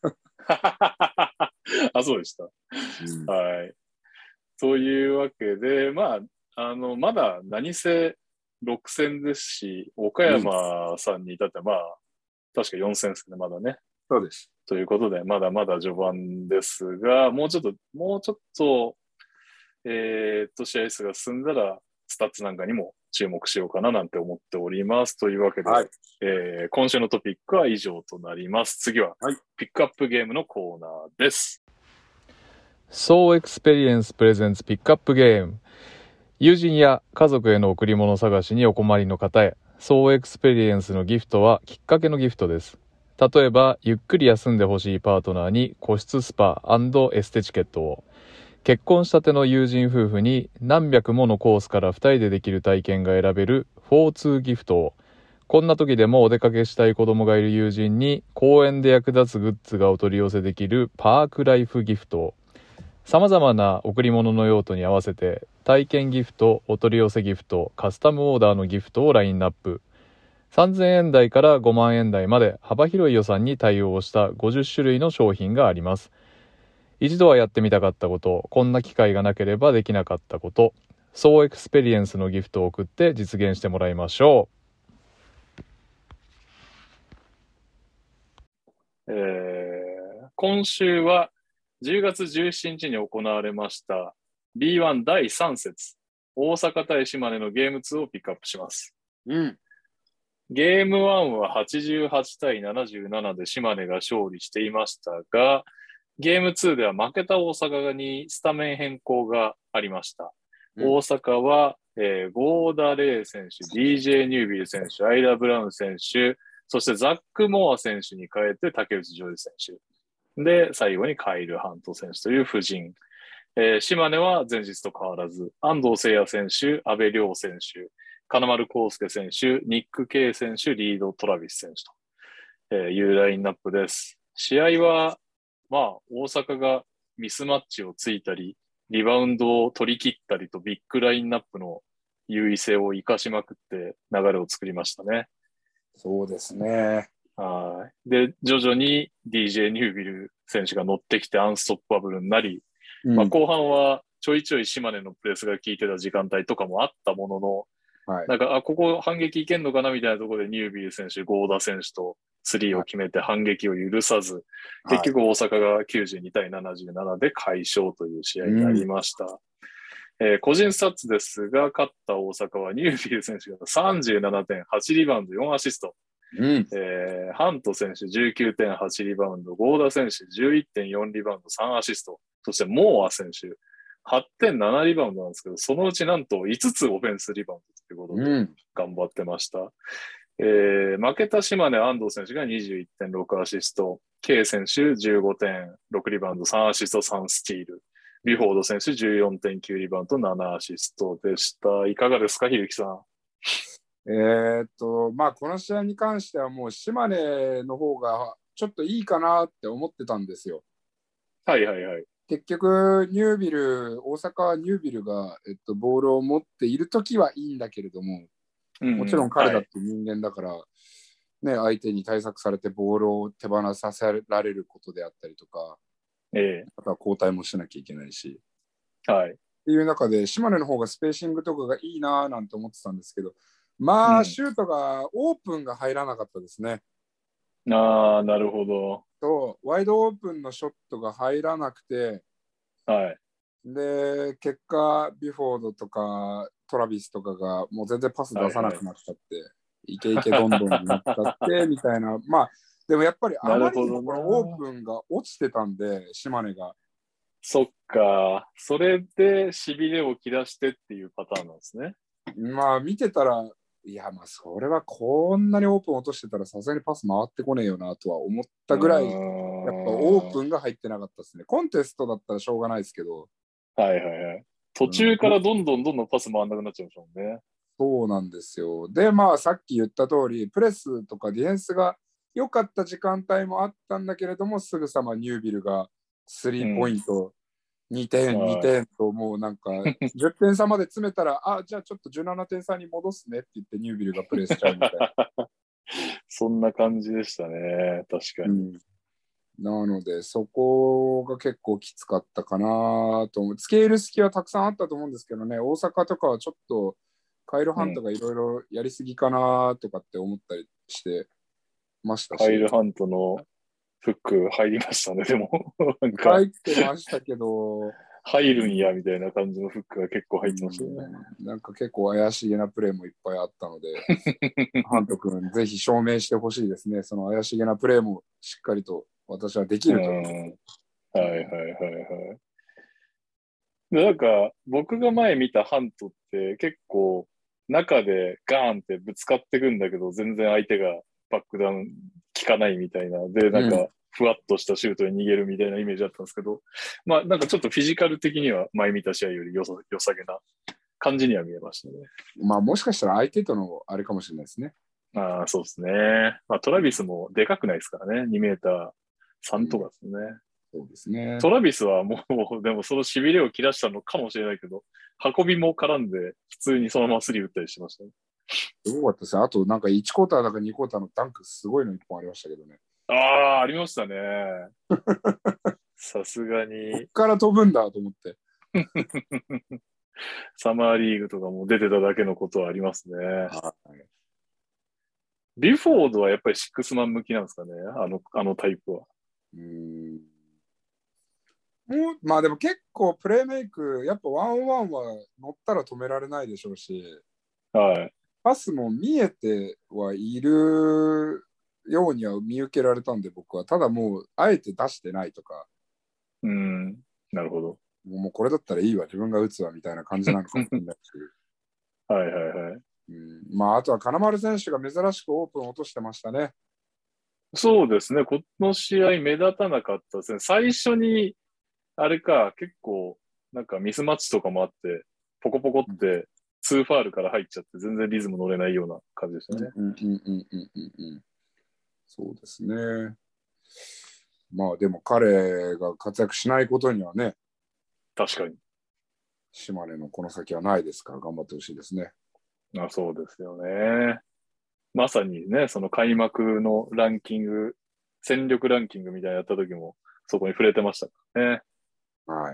[SPEAKER 1] そうでした。はい。というわけで、まだ何せ6戦ですし、岡山さんに至っては、確か4戦ですね、まだね。
[SPEAKER 2] そうです。
[SPEAKER 1] ということで、まだまだ序盤ですが、もうちょっと、試合数が進んだら、スタッツなんかにも注目しようかななんて思っております。というわけで、今週のトピックは以上となります。次は、ピックアップゲームのコーナーです。
[SPEAKER 3] So Experience Presents ピックアップゲーム。友人や家族への贈り物探しにお困りの方へ、So Experienceのギフトはきっかけのギフトです。例えば、ゆっくり休んでほしいパートナーに個室スパ&エステチケットを、結婚したての友人夫婦に何百ものコースから2人でできる体験が選べる4-2ギフトを、 こんな時でもお出かけしたい子供がいる友人に公園で役立つグッズがお取り寄せできるパークライフギフトを、様々な贈り物の用途に合わせて体験ギフト、お取り寄せギフト、カスタムオーダーのギフトをラインナップ。3000円台から5万円台まで幅広い予算に対応した50種類の商品があります。一度はやってみたかったこと、こんな機会がなければできなかったこと、ソーエクスペリエンスのギフトを送って実現してもらいましょ
[SPEAKER 1] う。今週は10月17日に行われました B1 第3節大阪対島根のゲーム2をピックアップします。ゲーム1は88対77で島根が勝利していましたが、ゲーム2では負けた大阪にスタメン変更がありました。大阪は、ゴーダレイ選手、DJ ニュービル選手、アイラ・ブラウン選手、そしてザック・モア選手に変えて竹内ジョージ選手。で、最後にカイル・ハント選手という布陣。島根は前日と変わらず、安藤聖也選手、阿部亮選手、金丸康介選手、ニック・ケイ選手、リード・トラビス選手というラインナップです。試合は、大阪がミスマッチをついたり、リバウンドを取り切ったりとビッグラインナップの優位性を生かしまくって流れを作りましたね。
[SPEAKER 2] そうですね。
[SPEAKER 1] で、徐々に DJ ニュービル選手が乗ってきてアンストッパブルになり、後半はちょいちょい島根のプレスが効いてた時間帯とかもあったものの、なんか、ここ反撃いけんのかなみたいなところでニュービル選手、ゴーダ選手とスリーを決めて反撃を許さず、結局大阪が92対77で快勝という試合になりました。個人スタッツですが、勝った大阪はニュービル選手が37点、8リバウンド、4アシスト。ハント選手 19.8 リバウンド、ゴーダ選手 11.4 リバウンド、3アシスト。そしてモーア選手 8.7 リバウンドなんですけど、そのうちなんと5つオフェンスリバウンドということで頑張ってました。負けた島根安藤選手が 21.6 アシスト、K 選手 15.6 リバウンド、3アシスト、3スティール。ビフォード選手 14.9 リバウンド、7アシストでした。いかがですか、ひるきさん。
[SPEAKER 2] この試合に関してはもう島根の方がちょっといいかなって思ってたんですよ。
[SPEAKER 1] はいはいはい。
[SPEAKER 2] 結局、大阪ニュービルが、ボールを持っているときはいいんだけれども、もちろん彼だって人間だから、相手に対策されてボールを手放させられることであったりとか、あとは交代もしなきゃいけないし、っていう中で島根の方がスペーシングとかがいいななんて思ってたんですけど、シュートがオープンが入らなかったですね。
[SPEAKER 1] なるほど。
[SPEAKER 2] ワイドオープンのショットが入らなくて、で、結果、ビフォードとかトラビスとかがもう全然パス出さなくなっちゃって、イケイケどんどんになっちゃってみたいな。でもやっぱりあまりにもこのオープンが落ちてたんで、島根が。
[SPEAKER 1] そっか。それでしびれを切らしてっていうパターンなんですね。
[SPEAKER 2] 見てたら、それはこんなにオープン落としてたらさすがにパス回ってこねえよなとは思ったぐらい、やっぱオープンが入ってなかったですね。コンテストだったらしょうがないですけど。
[SPEAKER 1] 途中からどんどんパス回んなくなっちゃうんでしょうね。
[SPEAKER 2] そうなんですよ。で、さっき言った通り、プレスとかディフェンスが良かった時間帯もあったんだけれども、すぐさまニュービルがスリーポイント、2点と、もうなんか10点差まで詰めたら、じゃあちょっと17点差に戻すねって言ってニュービルがプレーしちゃうみたいな。
[SPEAKER 1] そんな感じでしたね、確かに。
[SPEAKER 2] なので、そこが結構きつかったかなと思う。つけ入る隙はたくさんあったと思うんですけどね、大阪とかはちょっとカイル・ハントがいろいろやりすぎかなとかって思ったりしてましたし。
[SPEAKER 1] カイル・ハントのフック入りましたね、でも。
[SPEAKER 2] 入ってましたけど。
[SPEAKER 1] 入るんやみたいな感じのフックが結構入ってましたね。
[SPEAKER 2] なんか結構怪しげなプレーもいっぱいあったので、ハント君、ぜひ証明してほしいですね。その怪しげなプレーもしっかりと私はできると。なんか、僕が前見たハントって結構中でガーンってぶつかってくんだけど、全然相手がバックダウン効かないみたいな。で、なんか、ふわっとしたシュートに逃げるみたいなイメージだったんですけど、なんかちょっとフィジカル的には前見た試合より良さげな感じには見えましたね。 もしかしたら相手とのあれかもしれないですね。
[SPEAKER 1] ああ、そうですね。まあ、トラビスもでかくないですからね。2メーター3とかですね。
[SPEAKER 2] そうですね。
[SPEAKER 1] トラビスはもう、でもその痺れを切らしたのかもしれないけど、運びも絡んで、普通にそのままスリー打ったりしてましたね。
[SPEAKER 2] すごかったですね。あと、なんか1クォーターだか2クォーターのダンクすごいの1本ありましたけどね。
[SPEAKER 1] ああ、ありましたね。さすが
[SPEAKER 2] こ
[SPEAKER 1] に。
[SPEAKER 2] っから飛ぶんだと思って。
[SPEAKER 1] サマーリーグとかも出てただけのことはありますね。
[SPEAKER 2] はい、
[SPEAKER 1] ビュフォードはやっぱりシックスマン向きなんですかね。あのタイプは。
[SPEAKER 2] まあでも結構プレーメイク、やっぱワンワンは乗ったら止められないでしょうし、
[SPEAKER 1] はい。
[SPEAKER 2] パスも見えてはいるようには見受けられたんで、僕は。ただもう、あえて出してないとか、
[SPEAKER 1] なるほど。
[SPEAKER 2] もうこれだったらいいわ、自分が打つわみたいな感じなのかもしれないし。
[SPEAKER 1] はいはいはい。
[SPEAKER 2] まあ、あとは金丸選手が珍しくオープンを落としてましたね。
[SPEAKER 1] そうですね。この試合目立たなかったですね。最初に、あれか、結構、なんかミスマッチとかもあって、ポコポコって、2ファールから入っちゃって、全然リズム乗れないような感じでしたね。
[SPEAKER 2] そうですね。まあでも彼が活躍しないことにはね、
[SPEAKER 1] 確かに。
[SPEAKER 2] 島根のこの先はないですから頑張ってほしいですね。
[SPEAKER 1] そうですよね。まさにね、その開幕のランキング、戦力ランキングみたいなやった時も、そこに触れてましたからね。
[SPEAKER 2] はい。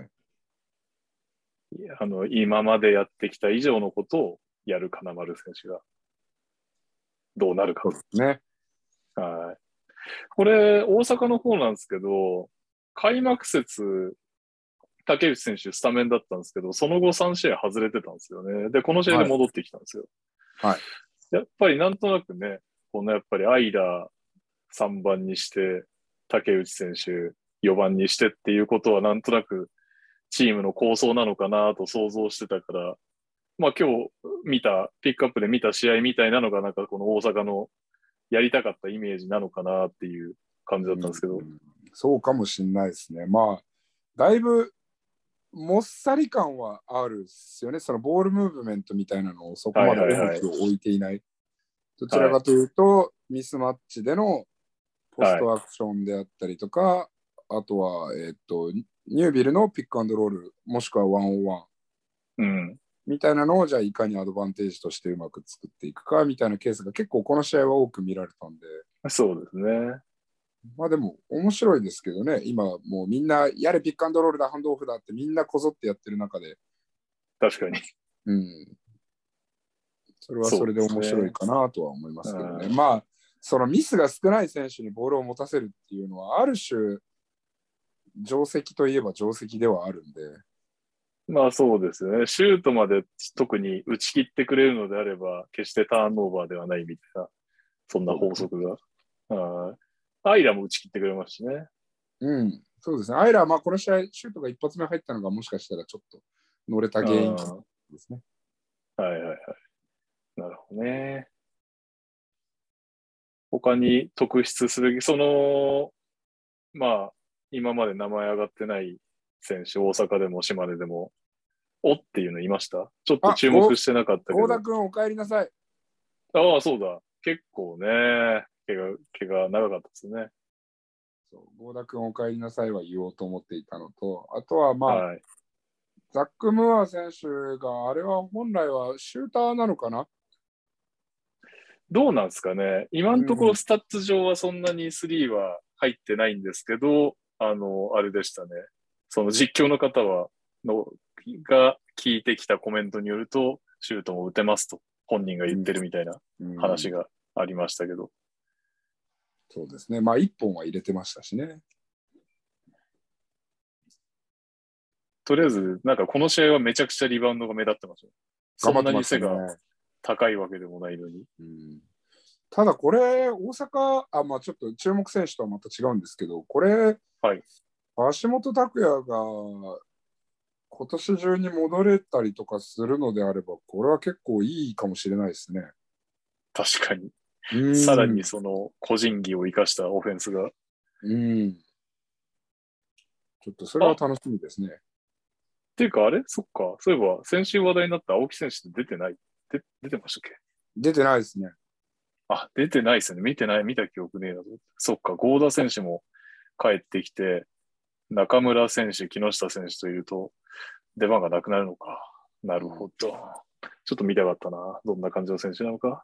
[SPEAKER 1] 今までやってきた以上のことをやる金丸選手が、どうなるか。
[SPEAKER 2] そうですね。
[SPEAKER 1] はい。これ、大阪の方なんですけど、開幕節、竹内選手スタメンだったんですけど、その後3試合外れてたんですよね。で、この試合で戻ってきたんですよ。
[SPEAKER 2] はい。
[SPEAKER 1] やっぱりなんとなくね、このやっぱりアイラ3番にして、竹内選手4番にしてっていうことはなんとなくチームの構想なのかなと想像してたから、まあ今日ピックアップで見た試合みたいなのがなんかこの大阪のやりたかったイメージなのかなっていう感じだったんですけど。
[SPEAKER 2] そうかもしれないですね。まあ、だいぶもっさり感はあるですよね。そのボールムーブメントみたいなのをそこまで重きを置いていない。どちらかというと、ミスマッチでのポストアクションであったりとか、あとは、ニュービルのピックアンドロール、もしくは101、みたいなのをじゃあいかにアドバンテージとしてうまく作っていくかみたいなケースが結構この試合は多く見られたんで。
[SPEAKER 1] そうですね。
[SPEAKER 2] まあでも面白いですけどね、今もうみんなやれピックアンドロールだ、ハンドオフだってみんなこぞってやってる中で。
[SPEAKER 1] 確かに。
[SPEAKER 2] それはそれで面白いかなとは思いますけどね。まあ、そのミスが少ない選手にボールを持たせるっていうのは、ある種、定石といえば定石ではあるんで。
[SPEAKER 1] まあそうですよね。シュートまで特に打ち切ってくれるのであれば、決してターンオーバーではないみたいな、そんな法則が。アイラも打ち切ってくれますしね。
[SPEAKER 2] そうですね。アイラはまあこの試合、シュートが一発目入ったのがもしかしたらちょっと乗れた原因ですね。
[SPEAKER 1] はいはいはい。なるほどね。他に特筆する、まあ、今まで名前上がってない選手、大阪でも島根でも、おっていうのいました？ちょっと注目してなかったけど。
[SPEAKER 2] 合田君お帰りなさい。
[SPEAKER 1] ああ、そうだ。結構ね、怪我長かったですね。
[SPEAKER 2] 合田君お帰りなさいは言おうと思っていたのと、あとはまあ、ザック・ムーア選手が、あれは本来はシューターなのかな？
[SPEAKER 1] どうなんですかね。今のところスタッツ上はそんなに3は入ってないんですけど、あれでしたね。その実況の方が聞いてきたコメントによると、シュートも打てますと本人が言ってるみたいな話がありましたけど。
[SPEAKER 2] そうですね。まあ、1本は入れてましたしね。
[SPEAKER 1] とりあえず、なんかこの試合はめちゃくちゃリバウンドが目立ってました。そんなに背が高いわけでもないのに。
[SPEAKER 2] ただこれ、大阪、まあちょっと注目選手とはまた違うんですけど、これ、橋本拓也が今年中に戻れたりとかするのであれば、これは結構いいかもしれないですね。
[SPEAKER 1] 確かに。さらにその個人技を生かしたオフェンスが。
[SPEAKER 2] ちょっとそれは楽しみですね。
[SPEAKER 1] っていうか、あれそっか。そういえば、先週話題になった青木選手って出てない出てましたっけ？
[SPEAKER 2] 出てないですね。
[SPEAKER 1] あ、出てないですよね。見た記憶ねえなと。そっか、合田選手も帰ってきて、中村選手、木下選手といると、出番がなくなるのか。なるほど。ちょっと見たかったな。どんな感じの選手なのか。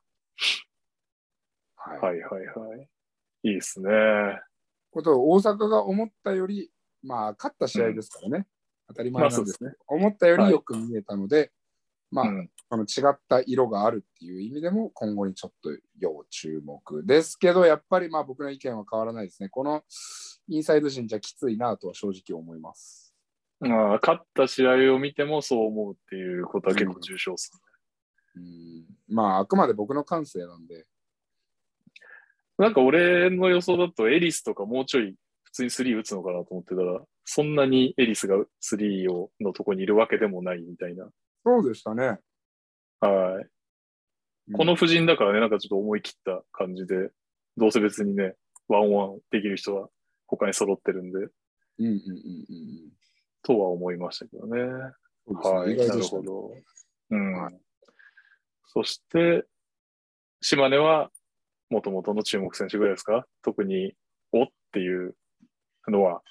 [SPEAKER 1] はいはいはい。いいですね。
[SPEAKER 2] ことを大阪が思ったより、まあ、勝った試合ですからね。当たり前なんですけど、思ったよりよく見えたので、まあ、その違った色があるっていう意味でも、今後にちょっと要注目ですけど、やっぱりまあ僕の意見は変わらないですね。このインサイド陣じゃきついなとは正直思います。
[SPEAKER 1] 勝った試合を見てもそう思うっていうことは結構重症です
[SPEAKER 2] ね。まあ、あくまで僕の感性なんで。
[SPEAKER 1] なんか俺の予想だとエリスとかもうちょい普通にスリー打つのかなと思ってたら、そんなにエリスがスリーのとこにいるわけでもないみたいな。
[SPEAKER 2] そうでしたね。
[SPEAKER 1] はい。この布陣だからね、なんかちょっと思い切った感じで、どうせ別にね、ワンワンできる人は他に揃ってるんで、とは思いましたけどね。はい、なるほど。そして、島根はもともとの注目選手ぐらいですか？特に、おっていうのは。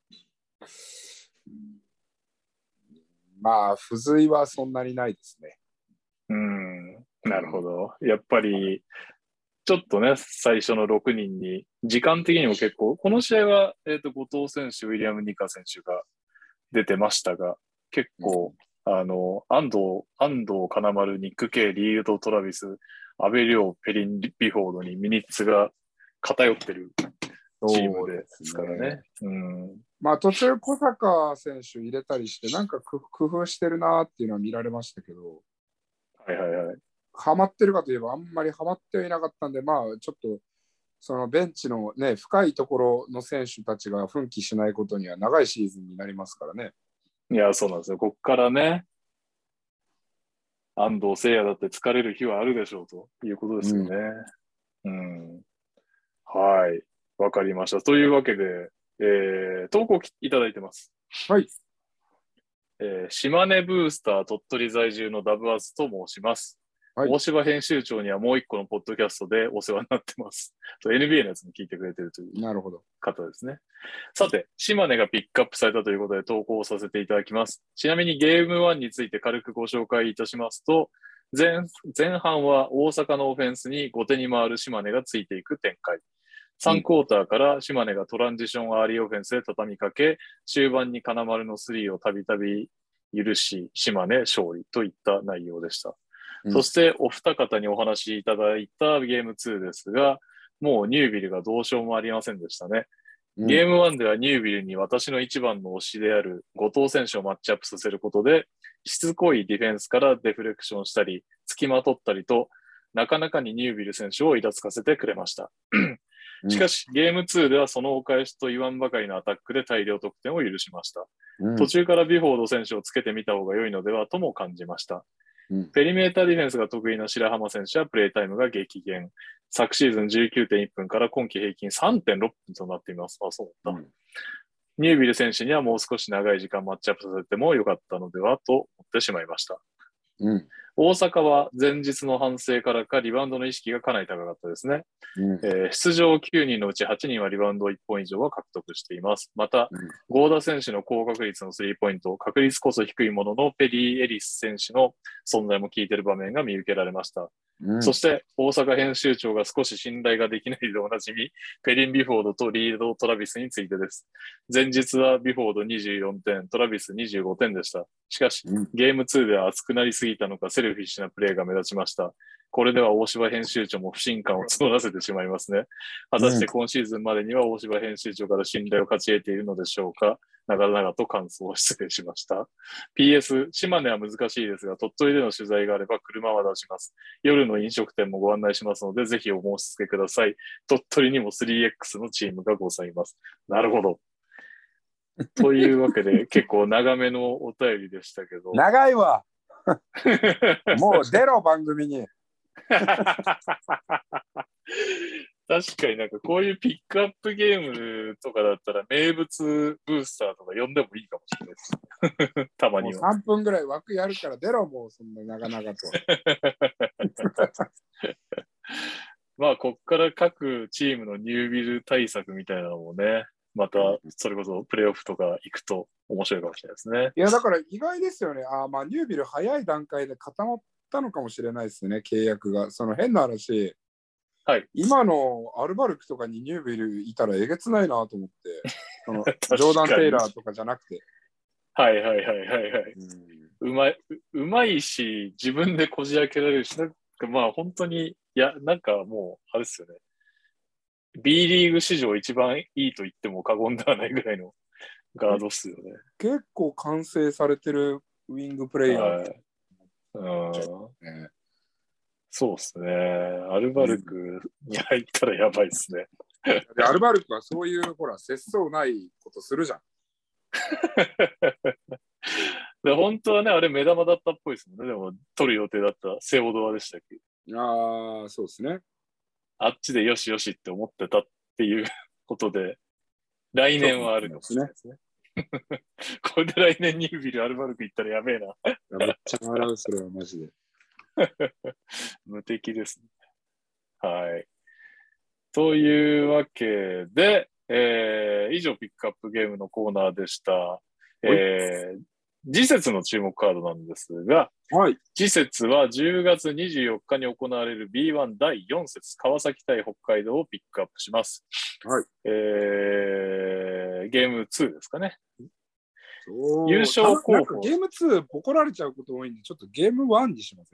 [SPEAKER 2] まあ、付随はそんなにないですね。
[SPEAKER 1] なるほど。やっぱり、ちょっとね、最初の6人に、時間的にも結構、この試合は、後藤選手、ウィリアム・ニカ選手が出てましたが、結構、安藤金丸、ニック・ケイ、リード・トラビス、阿部亮、ペリン・ビフォードにミニッツが偏ってるチームですからね。
[SPEAKER 2] まあ途中小坂選手入れたりしてなんか工夫してるなっていうのは見られましたけど、ハマってるかといえばあんまりハマってはいなかったんで、まあちょっとそのベンチのね深いところの選手たちが奮起しないことには長いシーズンになりますからね。
[SPEAKER 1] いや、そうなんですよ。こっからね、安藤誠也だって疲れる日はあるでしょうということですよね。はい。わかりました。というわけで、投稿いただいてます。
[SPEAKER 2] はい。
[SPEAKER 1] 島根ブースター鳥取在住のダブアズと申します。大柴編集長にはもう一個のポッドキャストでお世話になってます。NBA のやつも聞いてくれてるという方ですね。さて、島根がピックアップされたということで投稿させていただきます。ちなみにゲーム1について軽くご紹介いたしますと、前半は大阪のオフェンスに後手に回る島根がついていく展開。3クォーターから島根がトランジションアーリーオフェンスで畳みかけ、終盤に金丸のスリーをたびたび許し、島根勝利といった内容でした。そしてお二方にお話しいただいたゲーム2ですが、もうニュービルがどうしようもありませんでしたね。ゲーム1ではニュービルに私の一番の推しである後藤選手をマッチアップさせることで、しつこいディフェンスからデフレクションしたり、付きまとったりと、なかなかにニュービル選手をイラつかせてくれました。しかし、ゲーム2ではそのお返しと言わんばかりのアタックで大量得点を許しました。途中からビフォード選手をつけてみた方が良いのではとも感じました。ペリメーターディフェンスが得意な白浜選手はプレイタイムが激減。昨シーズン 19.1 分から今季平均 3.6 分となっています。あ、そうだった。ニュービル選手にはもう少し長い時間マッチアップさせてもよかったのではと思ってしまいました。大阪は前日の反省からかリバウンドの意識がかなり高かったですね。出場9人のうち8人はリバウンド1本以上は獲得しています。また、合田選手の高確率のスリーポイント、確率こそ低いもののペリー・エリス選手の存在も効いている場面が見受けられました。そして、大阪編集長が少し信頼ができないでおなじみ、ペリン・ビフォードとリード・トラビスについてです。前日はビフォード24点、トラビス25点でした。しかし、ゲーム2では熱くなりすぎたのかセルフィッシュなプレーが目立ちました。これでは大柴編集長も不信感を募らせてしまいますね。果たして今シーズンまでには大柴編集長から信頼を勝ち得ているのでしょうか。長々と感想を失礼しました。PS、島根は難しいですが、鳥取での取材があれば車は出します。夜の飲食店もご案内しますので、ぜひお申し付けください。鳥取にも 3X のチームがございます。なるほど。というわけで、結構長めのお便りでしたけど。
[SPEAKER 2] 長いわもう出ろ、番組に。
[SPEAKER 1] 確かになんかこういうピックアップゲームとかだったら名物ブースターとか呼んでもいいかもしれないです。たまには。
[SPEAKER 2] 3分ぐらい枠やるから出ろ、もうそんな長々と。
[SPEAKER 1] まあ、こっから各チームのニュービル対策みたいなのもね、また、それこそプレーオフとか行くと面白いかもしれないですね。
[SPEAKER 2] いや、だから意外ですよね。まあ、ニュービル早い段階で固まったのかもしれないですね、契約が。その変な話、
[SPEAKER 1] はい、
[SPEAKER 2] 今のアルバルクとかにニュービルいたらえげつないなと思って、そのジョーダン・テイラーとかじゃなくて。
[SPEAKER 1] はいはいはいはいはい。うまいし、自分でこじ開けられるし、なんかまあ本当に、いや、なんかもう、あれですよね。B リーグ史上一番いいと言っても過言ではないぐらいのガードっすよね。
[SPEAKER 2] 結構完成されてるウィングプレイヤー、
[SPEAKER 1] はいそうですね。アルバルクに入ったらやばいですね。
[SPEAKER 2] でアルバルクはそういうほら節操ないことするじゃん。
[SPEAKER 1] で本当はね、あれ目玉だったっぽいですもんね。でも取る予定だったセオドアでしたっけ。
[SPEAKER 2] そうですね。
[SPEAKER 1] あっちでよしよしって思ってたっていうことで、来年はあるかもしれないですね。これで来年ニュービルアルバルク行ったらやべえな。
[SPEAKER 2] めっちゃ笑う、それはマジで。
[SPEAKER 1] 無敵ですね。はい。というわけで、以上ピックアップゲームのコーナーでした。次節の注目カードなんですが、
[SPEAKER 2] はい、
[SPEAKER 1] 次節は10月24日に行われる B1 第4節川崎対北海道をピックアップします。
[SPEAKER 2] はい、
[SPEAKER 1] ゲーム2ですかね。優勝候補。
[SPEAKER 2] ゲーム2ボコられちゃうこと多いんで、ちょっとゲーム1にしません。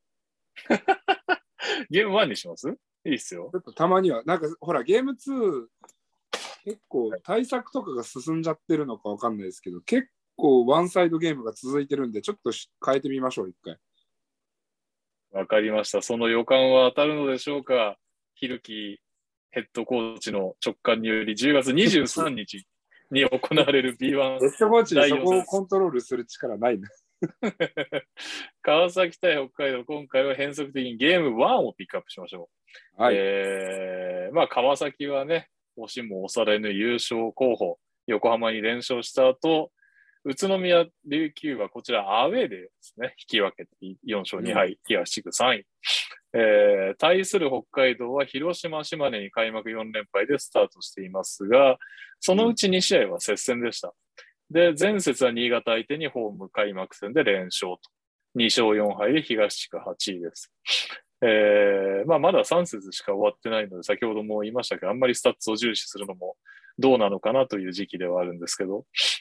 [SPEAKER 1] ゲーム1にします？いいっすよ。
[SPEAKER 2] ちょっとたまには、なんかほら、ゲーム2、結構対策とかが進んじゃってるのかわかんないですけど、結構ワンサイドゲームが続いてるんで、ちょっと変えてみましょう、一回。
[SPEAKER 1] わかりました。その予感は当たるのでしょうか。ヒルキヘッドコーチの直感により10月23日に行われる B1
[SPEAKER 2] ヘッドコーチにそこをコントロールする力ないね。
[SPEAKER 1] 川崎対北海道、今回は変則的にゲーム1をピックアップしましょう。
[SPEAKER 2] はい。
[SPEAKER 1] まあ川崎はね、押しも押されぬ優勝候補、横浜に連勝した後、宇都宮、琉球はこちらアウェーでですね、引き分けて4勝2敗、東地区3位。対する北海道は広島、島根に開幕4連敗でスタートしていますが、そのうち2試合は接戦でした。で、前節は新潟相手にホーム開幕戦で連勝と。2勝4敗で東地区8位です。まあまだ3節しか終わってないので、先ほども言いましたけど、あんまりスタッツを重視するのもどうなのかなという時期ではあるんですけど、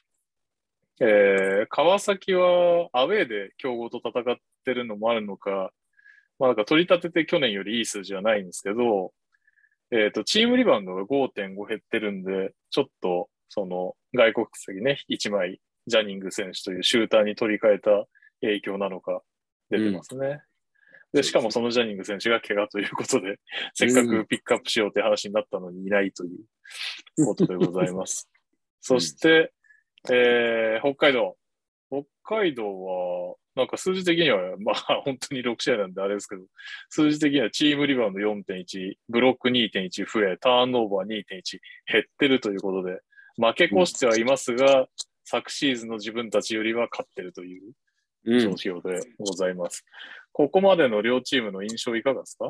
[SPEAKER 1] 川崎はアウェーで強豪と戦ってるのもあるのか、まあなんか取り立てて去年よりいい数字はないんですけど、チームリバウンドが 5.5 減ってるんで、ちょっとその外国籍ね、1枚ジャニング選手というシューターに取り替えた影響なのか出てますね。で、しかもそのジャニング選手が怪我ということで、せっかくピックアップしようって話になったのにいないということでございます。そして、北海道。北海道は、なんか数字的には、まあ本当に6試合なんであれですけど、数字的にはチームリバウンド 4.1、ブロック 2.1 増え、ターンオーバー 2.1 減ってるということで、負け越してはいますが、昨シーズンの自分たちよりは勝ってるという状況でございます。ここまでの両チームの印象いかがですか？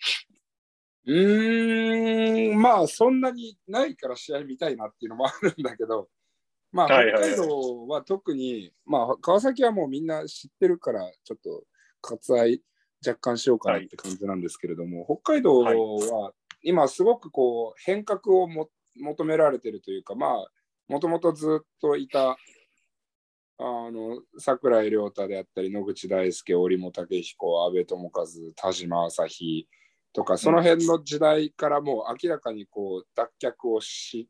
[SPEAKER 2] まあそんなにないから試合見たいなっていうのもあるんだけど、まあ北海道は特に、まあ川崎はもうみんな知ってるから、ちょっと割愛若干しようかなって感じなんですけれども、北海道は今すごくこう変革を求められてるというか、まあもともとずっといた櫻井亮太であったり、野口大輔、織茂武彦、阿部智和、田島朝日とか、その辺の時代からもう明らかにこう脱却をした。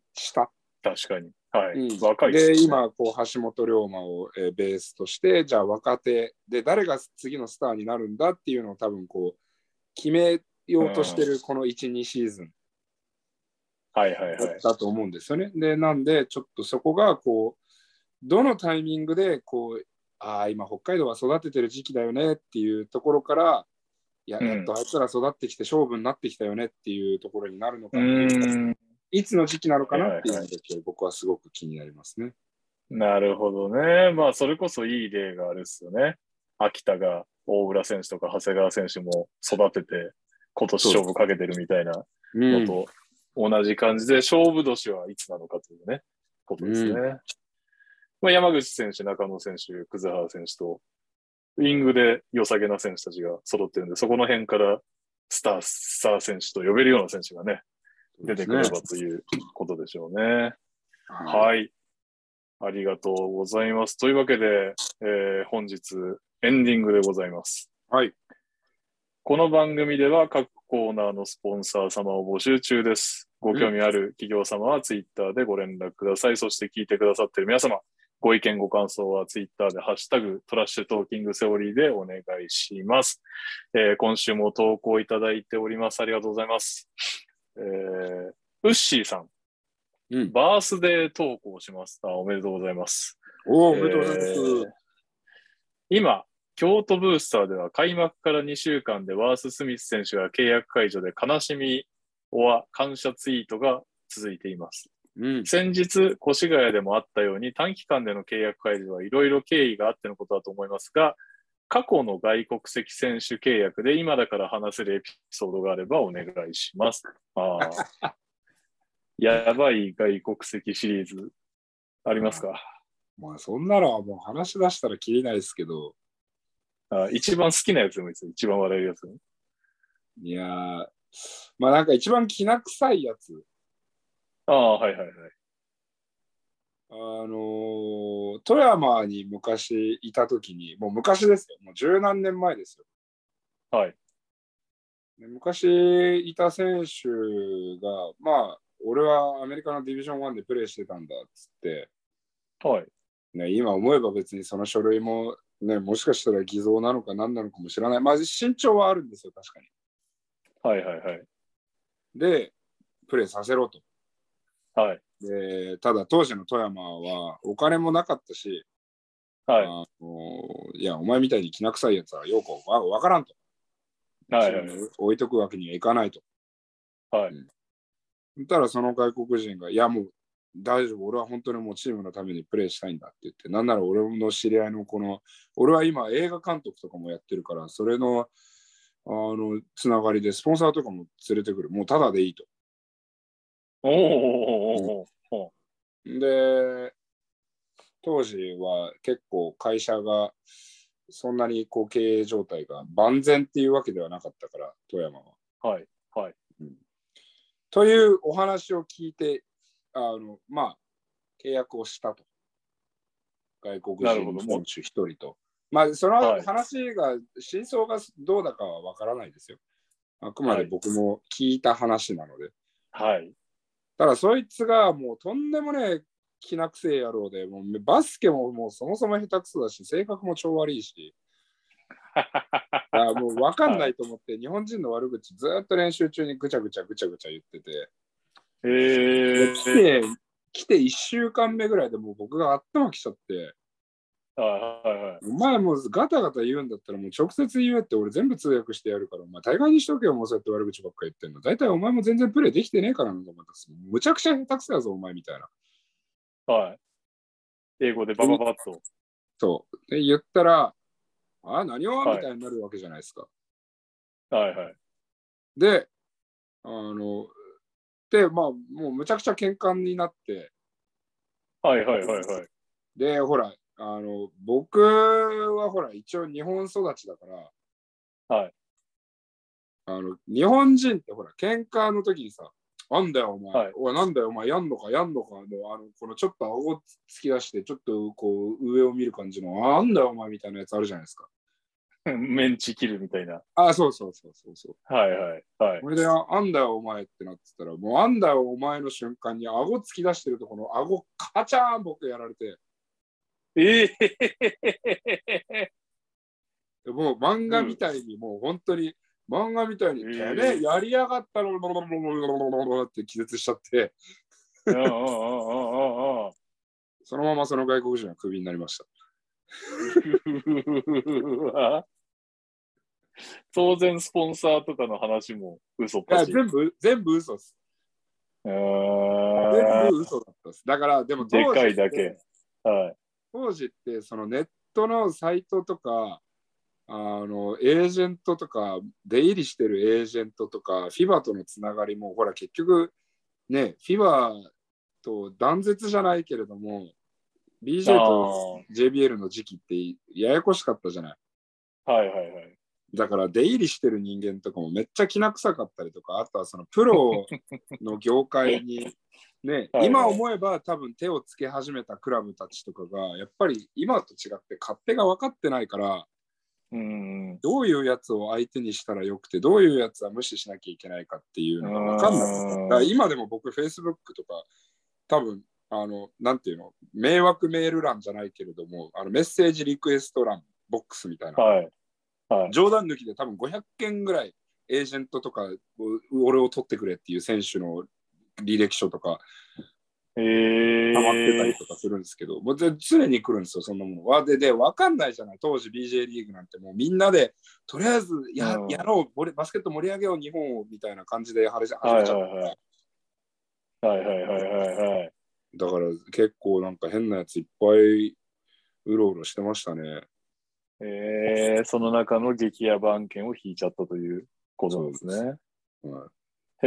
[SPEAKER 1] 確かに。はい。若いですね。
[SPEAKER 2] で、今、こう橋本龍馬を、ベースとして、じゃあ若手で誰が次のスターになるんだっていうのを多分こう決めようとしてるこの1、2シーズンだと思うんですよね。で、なんで、ちょっとそこがこう、どのタイミングでこう今北海道は育ててる時期だよねっていうところからやっとあいつら育ってきて勝負になってきたよねっていうところになるのかいつの時期なのかなっていうので僕はすごく気になりますね。
[SPEAKER 1] なるほどね。まあそれこそいい例があるっすよね。秋田が大浦選手とか長谷川選手も育てて今年勝負かけてるみたいなのと同じ感じで、勝負年はいつなのかというね、ことですね。まあ、山口選手、中野選手、葛原選手と、ウィングで良さげな選手たちが揃ってるんで、そこの辺からスター選手と呼べるような選手がね、出てくればということでしょうね。はい。ありがとうございます。というわけで、本日エンディングでございます。
[SPEAKER 2] はい。
[SPEAKER 1] この番組では各コーナーのスポンサー様を募集中です。ご興味ある企業様はツイッターでご連絡ください。そして聞いてくださっている皆様、ご意見ご感想はツイッターでハッシュタグトラッシュトーキングセオリーでお願いします。今週も投稿いただいております。ありがとうございます。ウッシーさん、バースデー投稿します。おめでとうございます。
[SPEAKER 2] おめでとうございます。
[SPEAKER 1] 今、京都ブースターでは開幕から2週間でワース・スミス選手が契約解除で悲しみは感謝ツイートが続いています。先日、越谷でもあったように短期間での契約解除はいろいろ経緯があってのことだと思いますが、過去の外国籍選手契約で今だから話せるエピソードがあればお願いします。やばい外国籍シリーズありますか？
[SPEAKER 2] まあそんなのはもう話し出したらきりないですけど、
[SPEAKER 1] 一番好きなやつでもいいですよ。一番笑えるやつ。
[SPEAKER 2] いやー、まあなんか一番きな臭いやつ。
[SPEAKER 1] はいはいはい。
[SPEAKER 2] 富山に昔いたときに、もう昔ですよ。もう十何年前ですよ。
[SPEAKER 1] はい。
[SPEAKER 2] 昔いた選手が、まあ、俺はアメリカのディビジョン1でプレーしてたんだっつって、
[SPEAKER 1] はい。
[SPEAKER 2] ね、今思えば別にその書類も、ね、もしかしたら偽造なのか何なのかも知らない。まあ、身長はあるんですよ、確かに。
[SPEAKER 1] はいはいはい。
[SPEAKER 2] で、プレーさせろと。
[SPEAKER 1] はい。
[SPEAKER 2] ただ、当時の富山はお金もなかったし、
[SPEAKER 1] はい。
[SPEAKER 2] いや、お前みたいにきな臭いやつはよくわからんと。
[SPEAKER 1] はいはい。
[SPEAKER 2] 置いとくわけにはいかないと。
[SPEAKER 1] はい。
[SPEAKER 2] そしたらその外国人が、いやもう大丈夫、俺は本当にもうチームのためにプレーしたいんだって言って、なんなら俺の知り合いの俺は今映画監督とかもやってるから、それの、つながりでスポンサーとかも連れてくる。もうタダでいいと。で、当時は結構会社がそんなに経営状態が万全っていうわけではなかったから、富山は。
[SPEAKER 1] はいはい。
[SPEAKER 2] というお話を聞いて、まあ、契約をしたと。外国人選手一人と。まあ、その話が、真相がどうだかはわからないですよ。あくまで僕も聞いた話なので。
[SPEAKER 1] はい。
[SPEAKER 2] ただ、そいつがもうとんでもねえきなくせえ野郎で、もうバスケももうそもそも下手くそだし、性格も超悪いし。もう分かんないと思って、日本人の悪口ずっと練習中にぐちゃぐちゃ言ってて。来て1週間目ぐらいでもう僕が頭きちゃって、お前もうガタガタ言うんだったらもう直接言えって俺全部通訳してやるから、お前大概にしとけよ、もうそうやって悪口ばっかり言ってんの。大体お前も全然プレーできてねえからなと思った。むちゃくちゃ下手くそやぞ、お前みたいな。
[SPEAKER 1] はい。英語でバババッと。
[SPEAKER 2] そう。で、言ったら、何をみたいになるわけじゃないですか。
[SPEAKER 1] はいはい。
[SPEAKER 2] で、まあ、もうむちゃくちゃ喧嘩になって。
[SPEAKER 1] はいはいはいはい。
[SPEAKER 2] で、ほら、僕はほら、一応日本育ちだから、
[SPEAKER 1] はい。
[SPEAKER 2] 日本人ってほら、喧嘩の時にさ、なんだよお前、おい、なんだよお前、やんのかの、このちょっと顎突き出して、ちょっと上を見る感じの、なんだよお前みたいなやつあるじゃないですか。
[SPEAKER 1] メンチ切るみたいな。
[SPEAKER 2] そう。
[SPEAKER 1] はいはいはい。
[SPEAKER 2] これで、あんだよお前ってなってたら、もうあんだよお前の瞬間に顎突き出してるところ、顎カチャーン僕やられて。もう漫画みたいに、もう本当に、漫画みたいに、てめえやりやがったのって気絶しちゃって、そのままその外国人はクビになりました。
[SPEAKER 1] 当然スポンサーとかの話も嘘っぱし。
[SPEAKER 2] 全部嘘です。全部嘘だったです。だからでも
[SPEAKER 1] でかいだけ。はい。
[SPEAKER 2] 当時ってそのネットのサイトとかエージェントとか、出入りしてるエージェントとか、FIBA とのつながりも、ほら、結局、ね、FIBA と断絶じゃないけれども、BJ と JBL の時期ってややこしかったじゃない。
[SPEAKER 1] はいはいはい。
[SPEAKER 2] だから出入りしてる人間とかもめっちゃきな臭かったりとか、あとはそのプロの業界にね、はいはい、今思えば多分手をつけ始めたクラブたちとかが、やっぱり今と違って勝手が分かってないから、どういうやつを相手にしたらよくて、どういうやつは無視しなきゃいけないかっていうのが分かんなかった。だから今でも僕、Facebook とか、多分、なんていうの、迷惑メール欄じゃないけれども、メッセージリクエスト欄、ボックスみたいな。
[SPEAKER 1] はいはい、
[SPEAKER 2] 冗談抜きで多分500件ぐらいエージェントとか俺を取ってくれっていう選手の履歴書とか溜まってたりとかするんですけど、もう常に来るんですよ、そんなものは。で、分かんないじゃない、当時 BJ リーグなんてもうみんなでとりあえずやろう、バスケット盛り上げよう、日本をみたいな感じで始めちゃった。
[SPEAKER 1] はいはいはいはい。
[SPEAKER 2] だから結構なんか変なやついっぱいうろうろしてましたね。
[SPEAKER 1] その中の激ヤバ案件を引いちゃったということなんですね。
[SPEAKER 2] はい、
[SPEAKER 1] へ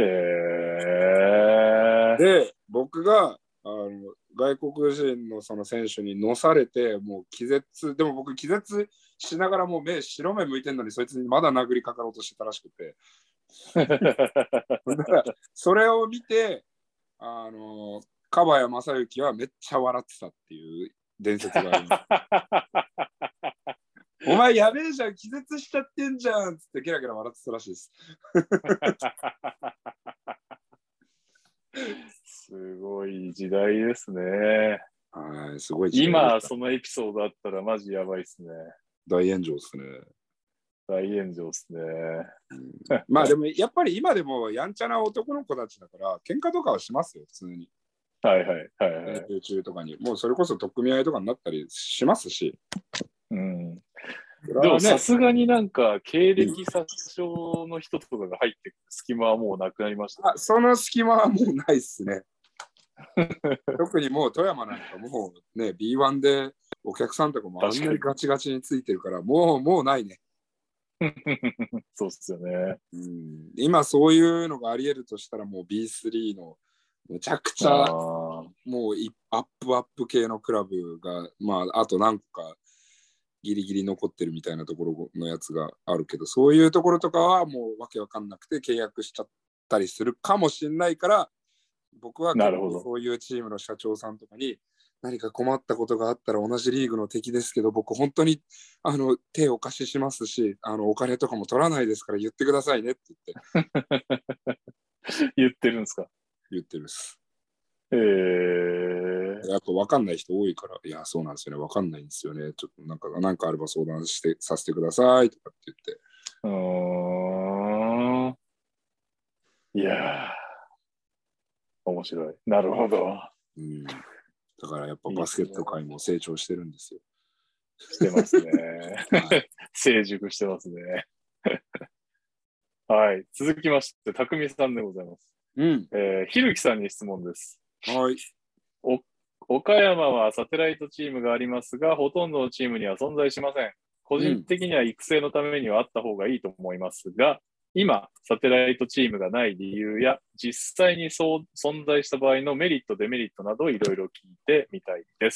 [SPEAKER 1] ー。
[SPEAKER 2] で、僕が外国人のその選手に乗されて、もう気絶、でも僕気絶しながらもう白目向いてるのに、そいつにまだ殴りかかろうとしてたらしくて。それを見て、樺谷正幸はめっちゃ笑ってたっていう伝説があります。お前やべえじゃん、気絶しちゃってんじゃんっつってゲラゲラ笑ってたらしいです。
[SPEAKER 1] すごい時代ですね。
[SPEAKER 2] はい、すごい時代
[SPEAKER 1] 今そのエピソードあったらマジやばいですね。
[SPEAKER 2] 大炎上ですね。
[SPEAKER 1] 大炎上ですね。
[SPEAKER 2] まあでもやっぱり今でもやんちゃな男の子たちだから喧嘩とかはしますよ、普通に。
[SPEAKER 1] はいはいはいはい。
[SPEAKER 2] 練習中とかに。もうそれこそ取っ組み合いとかになったりしますし。
[SPEAKER 1] うん。でもさすがになんか経歴詐称の人とかが入ってくる隙間はもうなくなりました、ね。
[SPEAKER 2] その隙間はもうないっすね。特にもう富山なんかもうね B1 でお客さんとかもあんなにガチガチについてるからもうないね。
[SPEAKER 1] そうっすよね。
[SPEAKER 2] 今そういうのがあり得るとしたらもう B3 のめちゃくちゃもうアップ系のクラブがまああと何個かギリギリ残ってるみたいなところのやつがあるけど、そういうところとかはもうわけわかんなくて契約しちゃったりするかもしれないから、僕は結構そういうチームの社長さんとかに何か困ったことがあったら同じリーグの敵ですけど僕本当に手をお貸ししますしお金とかも取らないですから言ってくださいねって言って
[SPEAKER 1] 言ってるんですか？
[SPEAKER 2] 言ってるです。やっぱ分かんない人多いから、いや、そうなんですよね、分かんないんですよね。ちょっとなんかあれば相談させてくださいとかって言
[SPEAKER 1] って。いやー、面白い。なるほど。
[SPEAKER 2] だからやっぱバスケット界も成長してるんですよ。
[SPEAKER 1] してますね。成熟してますね。はい。続きまして、匠さんでございます。ひるきさんに質問です。
[SPEAKER 2] はい。
[SPEAKER 1] 岡山はサテライトチームがありますが、ほとんどのチームには存在しません。個人的には育成のためにはあった方がいいと思いますが、今、サテライトチームがない理由や、実際に存在した場合のメリット、デメリットなどいろいろ聞いてみたいです。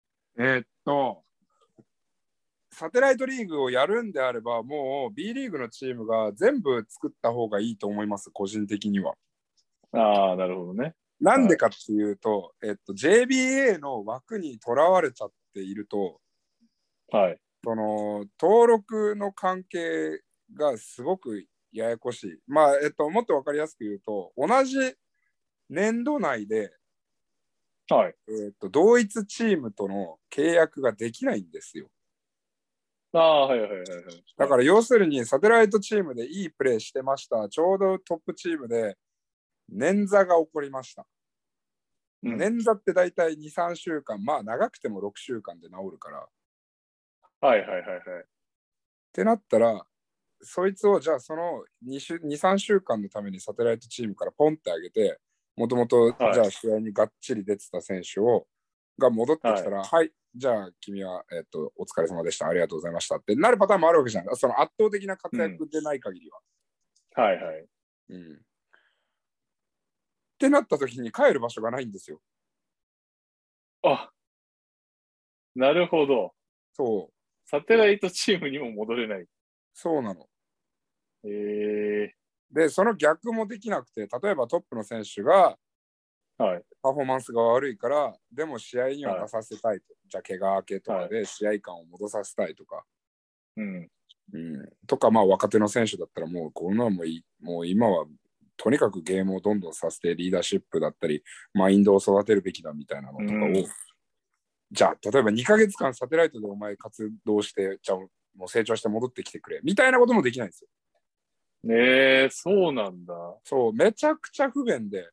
[SPEAKER 2] サテライトリーグをやるんであれば、もう B リーグのチームが全部作った方がいいと思います、個人的には。
[SPEAKER 1] ああ、なるほどね。
[SPEAKER 2] なんでかっていうと、JBA の枠にとらわれちゃっていると、
[SPEAKER 1] はい、
[SPEAKER 2] その登録の関係がすごくややこしい。まあ、もっと分かりやすく言うと、同じ年度内で、
[SPEAKER 1] はい、
[SPEAKER 2] 同一チームとの契約ができないんですよ。
[SPEAKER 1] はいはいはいはい。
[SPEAKER 2] だから要するにサテライトチームでいいプレーしてました。ちょうどトップチームで捻挫が起こりました。捻挫って大体2、3週間、まあ長くても6週間で治るから。
[SPEAKER 1] はいはいはいはい。
[SPEAKER 2] ってなったら、そいつをじゃあその2、3週間のためにサテライトチームからポンってあげて、もともとじゃあ試合にがっちり出てた選手が戻ってきたら、はい、 じゃあ君は、お疲れ様でした。ありがとうございましたってなるパターンもあるわけじゃん。その圧倒的な活躍でない限りは。
[SPEAKER 1] はいはい。
[SPEAKER 2] ってなった時に帰る場所がないんですよ。
[SPEAKER 1] あ、なるほど。
[SPEAKER 2] そう。
[SPEAKER 1] サテライトチームにも戻れない。
[SPEAKER 2] そうなの。
[SPEAKER 1] で、
[SPEAKER 2] その逆もできなくて、例えばトップの選手が、
[SPEAKER 1] はい、
[SPEAKER 2] パフォーマンスが悪いから、でも試合には出させたいと。じゃあ、怪我明けとかで試合感を戻させたいとか。とか、まあ、若手の選手だったら、もう、こんなのももう今は、とにかくゲームをどんどんさせて、リーダーシップだったり、マインドを育てるべきだみたいなのとかを、じゃあ、例えば2ヶ月間サテライトでお前活動して、じゃあ、もう成長して戻ってきてくれ、みたいなこともできないんですよ。
[SPEAKER 1] そうなんだ。
[SPEAKER 2] そう、めちゃくちゃ不便で。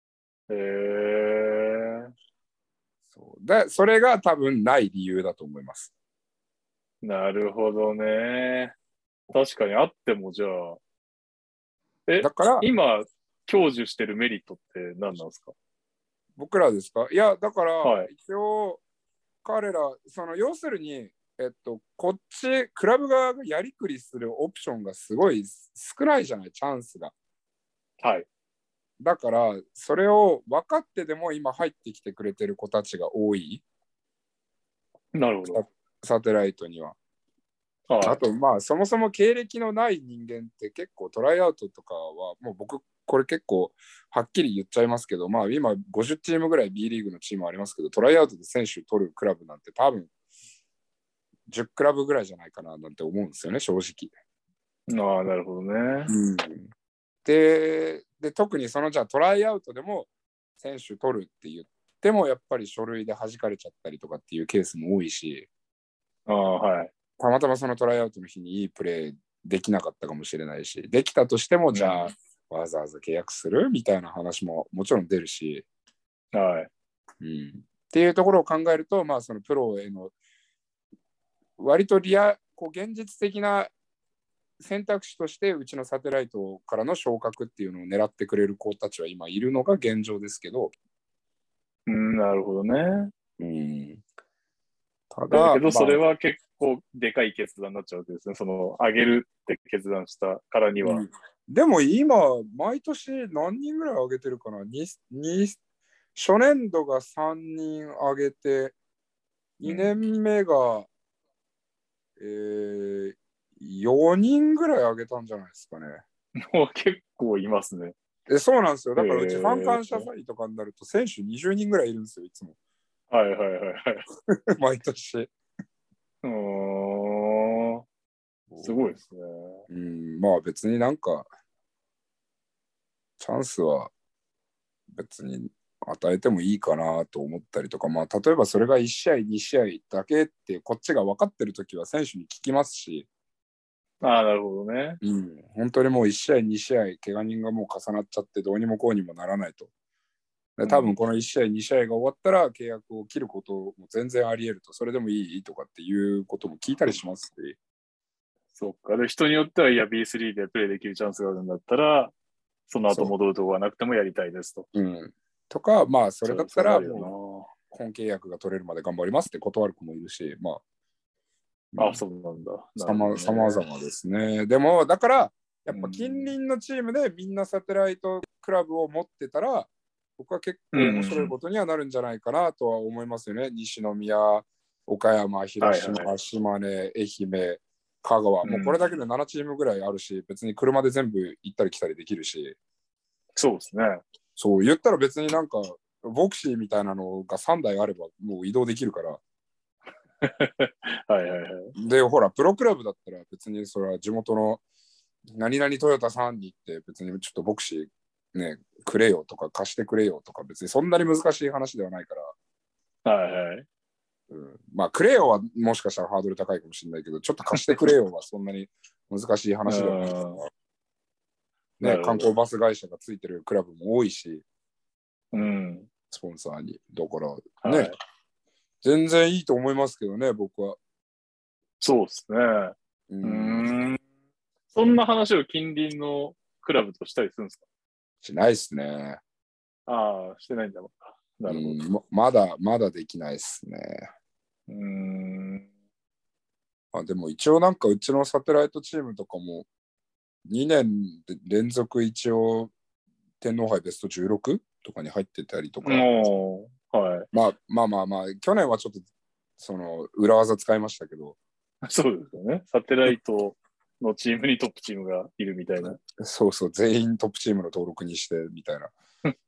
[SPEAKER 2] それが多分ない理由だと思います。
[SPEAKER 1] なるほどね。確かにあってもじゃあ。だから今、享受してるメリットって何なんですか？
[SPEAKER 2] 僕らですか？いや、だから、一応、彼ら、要するに、こっち、クラブ側がやりくりするオプションがすごい少ないじゃない、チャンスが。
[SPEAKER 1] はい。
[SPEAKER 2] だから、それを分かってでも今入ってきてくれてる子たちが多い。
[SPEAKER 1] なるほど。
[SPEAKER 2] サテライトには。あと、まあ、そもそも経歴のない人間って結構トライアウトとかは、もう僕、これ結構はっきり言っちゃいますけど、まあ今50チームぐらい B リーグのチームありますけど、トライアウトで選手取るクラブなんて多分10クラブぐらいじゃないかななんて思うんですよね、正直。
[SPEAKER 1] なるほどね。
[SPEAKER 2] で、特にじゃあトライアウトでも選手取るって言っても、やっぱり書類で弾かれちゃったりとかっていうケースも多いし、たまたまそのトライアウトの日にいいプレーできなかったかもしれないし、できたとしても、じゃあ、わざわざ契約するみたいな話ももちろん出るし、っていうところを考えると、まあ、そのプロへの割と現実的な選択肢として、うちのサテライトからの昇格っていうのを狙ってくれる子たちは今いるのが現状ですけど。
[SPEAKER 1] なるほどね。
[SPEAKER 2] ただ
[SPEAKER 1] けど、それは結構でかい決断になっちゃうわけですね。上げるって決断したからには。
[SPEAKER 2] でも今、毎年何人ぐらい上げてるかな。初年度が3人上げて、2年目が、4人ぐらい上げたんじゃないですかね。
[SPEAKER 1] もう結構いますね。
[SPEAKER 2] そうなんですよ。だからうちファン感謝祭とかになると選手20人ぐらいいるんですよ、いつも。毎年。
[SPEAKER 1] すごいですね。
[SPEAKER 2] まあ別になんか、チャンスは別に与えてもいいかなと思ったりとか、まあ例えばそれが1試合、2試合だけってこっちが分かってるときは選手に聞きますし。
[SPEAKER 1] なるほどね。
[SPEAKER 2] 本当にもう1試合、2試合、怪我人がもう重なっちゃってどうにもこうにもならないと。で多分この1試合、2試合が終わったら契約を切ることも全然あり得ると。それでもいいとかっていうことも聞いたりしますし。
[SPEAKER 1] そっか。で、人によっては、いや、B3 でプレーできるチャンスがあるんだったら、その後戻るとこがなくてもやりたいですと。
[SPEAKER 2] とか、まあ、それだったら、もう、本契約が取れるまで頑張りますって断る子もいるし、ま
[SPEAKER 1] あ。そうなんだ。
[SPEAKER 2] さまざまですね。でも、だから、やっぱ近隣のチームでみんなサテライトクラブを持ってたら、僕は結構面白いことにはなるんじゃないかなとは思いますよね。西宮、岡山、広島、島根、愛媛、香川、もうこれだけで7チームぐらいあるし、別に車で全部行ったり来たりできるし。
[SPEAKER 1] そうですね。
[SPEAKER 2] そう、言ったら別になんか、ボクシーみたいなのが3台あればもう移動できるから。で、ほら、プロクラブだったら別にそれは地元の何々トヨタさんに行って別にちょっとボクシーね、くれよとか貸してくれよとか別にそんなに難しい話ではないから。まあ、くれよはもしかしたらハードル高いかもしれないけど、ちょっと貸してくれよはそんなに難しい話ではないから。観光バス会社がついてるクラブも多いし、スポンサーに。だからね、全然いいと思いますけどね、僕は。
[SPEAKER 1] そうですね。そんな話を近隣のクラブとしたりするんですか？
[SPEAKER 2] しないですね。
[SPEAKER 1] してないんだもん。なるほど。
[SPEAKER 2] まだできないですね。 でも一応なんかうちのサテライトチームとかも2年連続一応天皇杯ベスト16とかに入ってたりとか、はい、まあ去年はちょっとその裏技使いましたけど、
[SPEAKER 1] そうですよね。サテライトのチームにトップチームがいるみたいな。
[SPEAKER 2] そうそう、全員トップチームの登録にしてみたいな。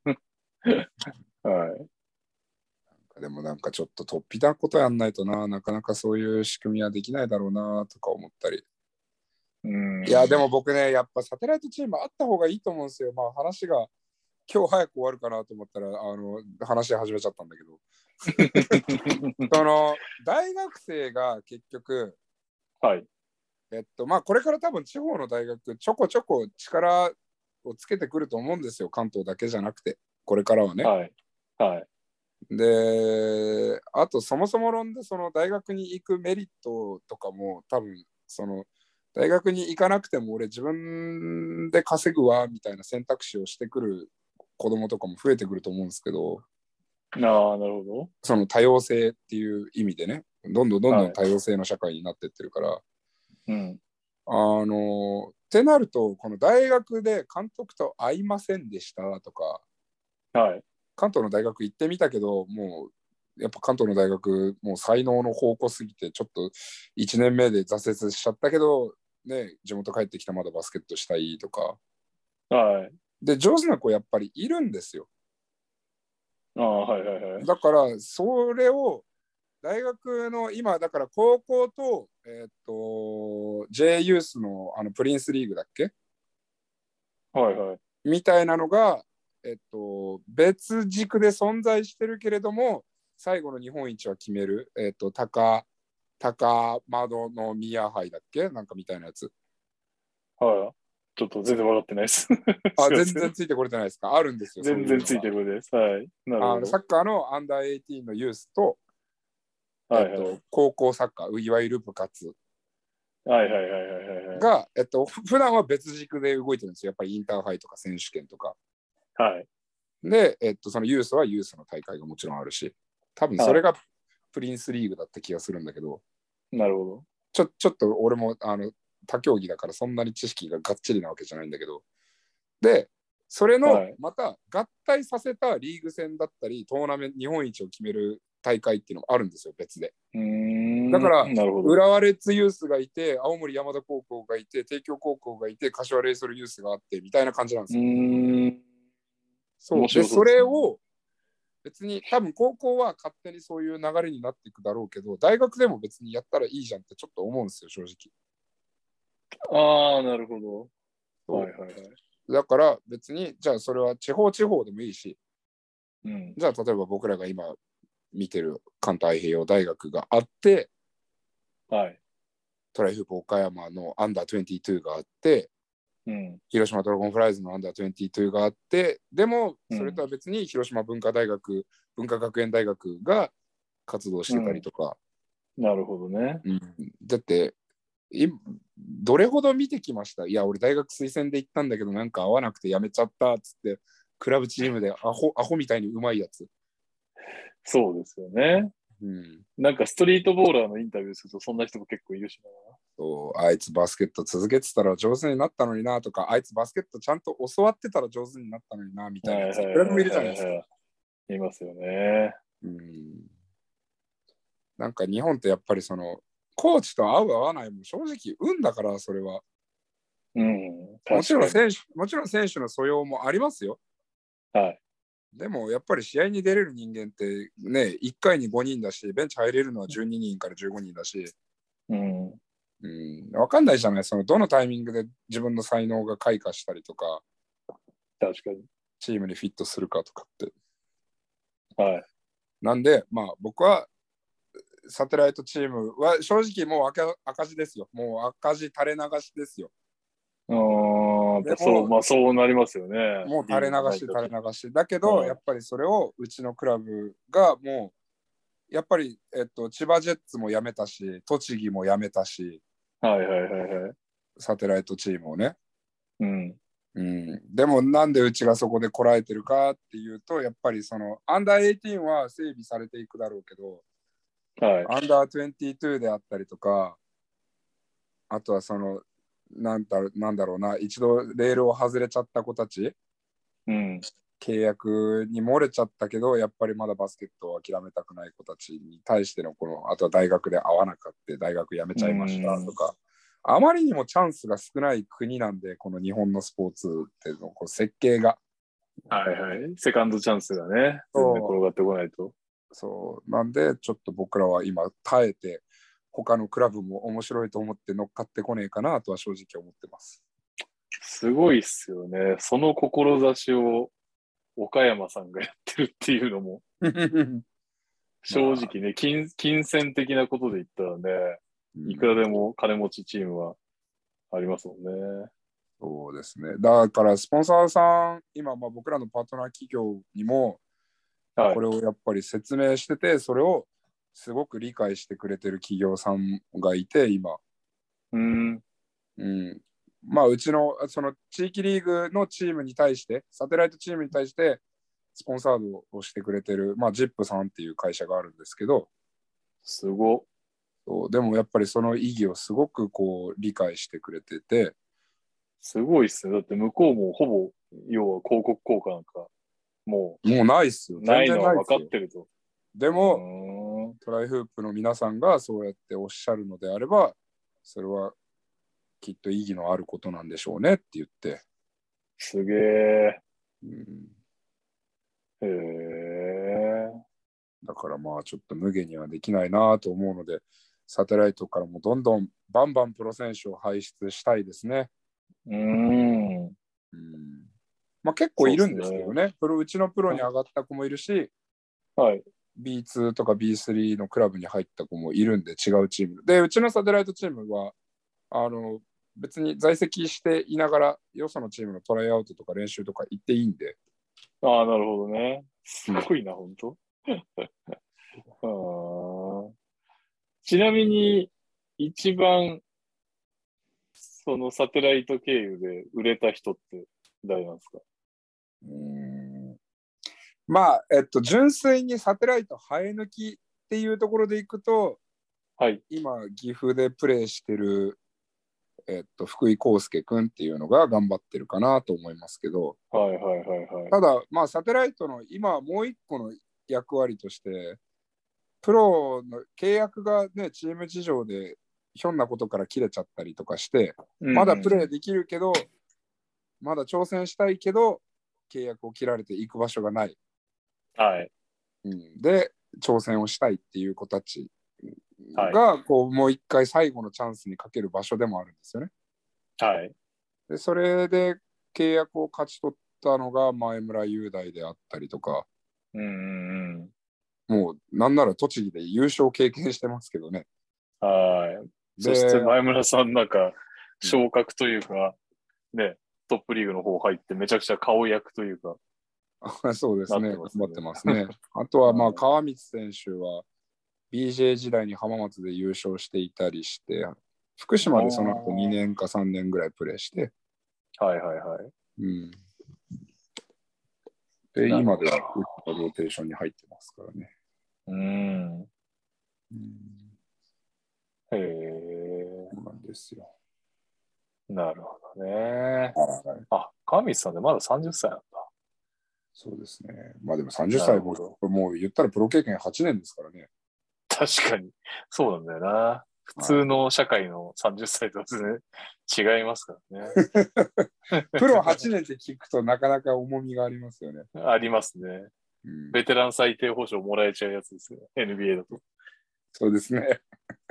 [SPEAKER 1] はい。
[SPEAKER 2] でもなんかちょっと突飛なことやんないとなかなかそういう仕組みはできないだろうなとか思ったり。いやでも僕ね、やっぱサテライトチームあった方がいいと思うんですよ。まあ話が今日早く終わるかなと思ったら話始めちゃったんだけどその大学生が結局、
[SPEAKER 1] はい、
[SPEAKER 2] まあこれから多分地方の大学ちょこちょこ力をつけてくると思うんですよ。関東だけじゃなくてこれからはね。
[SPEAKER 1] はいはい、
[SPEAKER 2] であとそもそも論でその大学に行くメリットとかも多分その大学に行かなくても俺自分で稼ぐわみたいな選択肢をしてくる子供とかも増えてくると思うんですけど、
[SPEAKER 1] なるほど。
[SPEAKER 2] その多様性っていう意味でね、どんどん多様性の社会になってってるから、ってなるとこの大学で監督と会いませんでしたとか、
[SPEAKER 1] はい、
[SPEAKER 2] 関東の大学行ってみたけどもうやっぱ関東の大学もう才能の宝庫すぎてちょっと1年目で挫折しちゃったけどね、地元帰ってきたまだバスケットしたいとか、
[SPEAKER 1] はい、
[SPEAKER 2] で上手な子やっぱりいるんですよ。
[SPEAKER 1] はいはいはい。
[SPEAKER 2] だからそれを大学の今だから高校とJ ユースのプリンスリーグだっけ、
[SPEAKER 1] はいはい、
[SPEAKER 2] みたいなのが別軸で存在してるけれども最後の日本一は決める高円宮杯だっけなんかみたいなやつ。
[SPEAKER 1] はい。ちょっと全然分かってないです。
[SPEAKER 2] 全然ついてこれてないですか。あるんですよ。
[SPEAKER 1] 全然ついてこれです。はい。なるほど。
[SPEAKER 2] サッカーのアンダー18のユースと、
[SPEAKER 1] はいはい、
[SPEAKER 2] 高校サッカー、いわゆる部活が、普段は別軸で動いてるんですよ。やっぱりインターハイとか選手権とか。
[SPEAKER 1] はい。
[SPEAKER 2] で、そのユースはユースの大会がもちろんあるし、多分それがプリンスリーグだった気がするんだけど、
[SPEAKER 1] なるほど。
[SPEAKER 2] ちょっと俺も他競技だからそんなに知識ががっちりなわけじゃないんだけど、でそれのまた合体させたリーグ戦だったりトーナメント日本一を決める大会っていうのもあるんですよ、別で。だから浦和レッズユースがいて青森山田高校がいて帝京高校がいて柏レイソルユースがあってみたいな感じなんですよ。そうでそれを別に多分高校は勝手にそういう流れになっていくだろうけど大学でも別にやったらいいじゃんってちょっと思うんですよ、正直。
[SPEAKER 1] なるほど。はいはいはい。
[SPEAKER 2] だから別にじゃあそれは地方でもいいし、じゃあ例えば僕らが今見てる環太平洋大学があって、
[SPEAKER 1] はい、
[SPEAKER 2] トライフープ岡山のアンダー22があって、広島ドラゴンフライズのアンダー22があって、でもそれとは別に広島文化学園大学が活動してたりとか。
[SPEAKER 1] なるほどね。
[SPEAKER 2] だってどれほど見てきました。いや俺大学推薦で行ったんだけどなんか合わなくてやめちゃったっつってクラブチームでアホみたいにうまいやつ。
[SPEAKER 1] そうですよね。なんかストリートボーラーのインタビューするとそんな人も結構いるしな。
[SPEAKER 2] そうあいつバスケット続けてたら上手になったのになとか、あいつバスケットちゃんと教わってたら上手になったのになみたいなやついくらでもいるじゃないですか。
[SPEAKER 1] いますよね。
[SPEAKER 2] なんか日本ってやっぱりそのコーチと合う合わないも正直運だから、それは。もちろん選手の素養もありますよ。
[SPEAKER 1] はい。
[SPEAKER 2] でもやっぱり試合に出れる人間ってね、1回に5人だし、ベンチ入れるのは12人から15人だし、分かんないじゃない、そのどのタイミングで自分の才能が開花したりとか、
[SPEAKER 1] 確かに
[SPEAKER 2] チームにフィットするかとかって。
[SPEAKER 1] はい。
[SPEAKER 2] なんで、まあ僕はサテライトチームは正直もう赤字ですよ。もう赤字垂れ流しですよ。
[SPEAKER 1] そうなりますよね。
[SPEAKER 2] もう垂れ流しだけど、やっぱりそれをうちのクラブがもうやっぱり、千葉ジェッツも辞めたし、栃木も辞めたし、サテライトチームをね。でもなんでうちがそこでこらえてるかっていうと、やっぱりそのアンダー18は整備されていくだろうけど、
[SPEAKER 1] はい。
[SPEAKER 2] アンダー22であったりとか、あとはなんだろうな、一度レールを外れちゃった子たち、
[SPEAKER 1] うん。
[SPEAKER 2] 契約に漏れちゃったけど、やっぱりまだバスケットを諦めたくない子たちに対してのあとは大学で合わなかった大学辞めちゃいましたとか、あまりにもチャンスが少ない国なんで、この日本のスポーツっていうの設計が。
[SPEAKER 1] はいはい。セカンドチャンスがね、全然転がってこないと。
[SPEAKER 2] そうなんで、ちょっと僕らは今耐えて、他のクラブも面白いと思って乗っかってこねえかなとは正直思ってます。
[SPEAKER 1] すごいっすよね。その志を岡山さんがやってるっていうのも、正直ね、金銭的なことで言ったらね、いくらでも金持ちチームはありますもんね。
[SPEAKER 2] そうですね。だからスポンサーさん、今僕らのパートナー企業にも、
[SPEAKER 1] はい、
[SPEAKER 2] これをやっぱり説明してて、それをすごく理解してくれてる企業さんがいて、今。
[SPEAKER 1] うん。
[SPEAKER 2] うちのその地域リーグのチームに対して、サテライトチームに対して、スポンサードをしてくれてる、ZIP さんっていう会社があるんですけど、
[SPEAKER 1] すご。
[SPEAKER 2] でもやっぱりその意義をすごく理解してくれてて、
[SPEAKER 1] すごいっすね。だって向こうもほぼ、要は広告効果なんか、も
[SPEAKER 2] うないっすよ。
[SPEAKER 1] う、ないのは分
[SPEAKER 2] 全然ないっすよ。
[SPEAKER 1] かってると。
[SPEAKER 2] でも、トライフープの皆さんがそうやっておっしゃるのであれば、それはきっと意義のあることなんでしょうねって言って。
[SPEAKER 1] すげえ。へえ。
[SPEAKER 2] だからちょっと無限にはできないなと思うので、サテライトからもどんどんバンバンプロ選手を輩出したいですね。結構いるんですけどね。うちのプロに上がった子もいるし、
[SPEAKER 1] はい、
[SPEAKER 2] B2 とか B3 のクラブに入った子もいるんで、違うチームで、うちのサテライトチームは別に在籍していながらよそのチームのトライアウトとか練習とか行っていいんで。
[SPEAKER 1] ああ、なるほどね。すごいな、本当ちなみに、一番、そのサテライト経由で売れた人って誰なんですか？
[SPEAKER 2] 純粋にサテライト生え抜きっていうところでいくと、
[SPEAKER 1] はい、
[SPEAKER 2] 今、岐阜でプレーしてる、福井康介君っていうのが頑張ってるかなと思いますけど、
[SPEAKER 1] はいはいはいはい。
[SPEAKER 2] ただ、サテライトの今もう一個の役割として、プロの契約がね、チーム事情でひょんなことから切れちゃったりとかして、まだプレーできるけど、まだ挑戦したいけど、契約を切られていく場所がない。
[SPEAKER 1] はい。
[SPEAKER 2] で、挑戦をしたいっていう子たちが、もう一回最後のチャンスにかける場所でもあるんですよね。
[SPEAKER 1] はい。
[SPEAKER 2] で、それで契約を勝ち取ったのが前村雄大であったりとか、もうなんなら栃木で優勝経験してますけどね。
[SPEAKER 1] はい。そして前村さんなんか昇格というか、ね、トップリーグの方入ってめちゃくちゃ顔役というか。
[SPEAKER 2] そうですね。頑張ってますね。あとは川光選手は BJ 時代に浜松で優勝していたりして、福島でその後2年か3年ぐらいプレーして、
[SPEAKER 1] はいはいはい。
[SPEAKER 2] で、今ではローテーションに入ってますからね。
[SPEAKER 1] へえ。
[SPEAKER 2] そうなんですよ。
[SPEAKER 1] なるほどね。あ、川光さんでまだ30歳なんだ。
[SPEAKER 2] そうですね。でも30歳もう言ったらプロ経験8年ですからね。
[SPEAKER 1] 確かに。そうなんだよな。普通の社会の30歳と全然違いますからね。
[SPEAKER 2] プロ8年って聞くとなかなか重みがありますよね。
[SPEAKER 1] ありますね。ベテラン最低保障もらえちゃうやつですよ。NBA だと。
[SPEAKER 2] そうですね。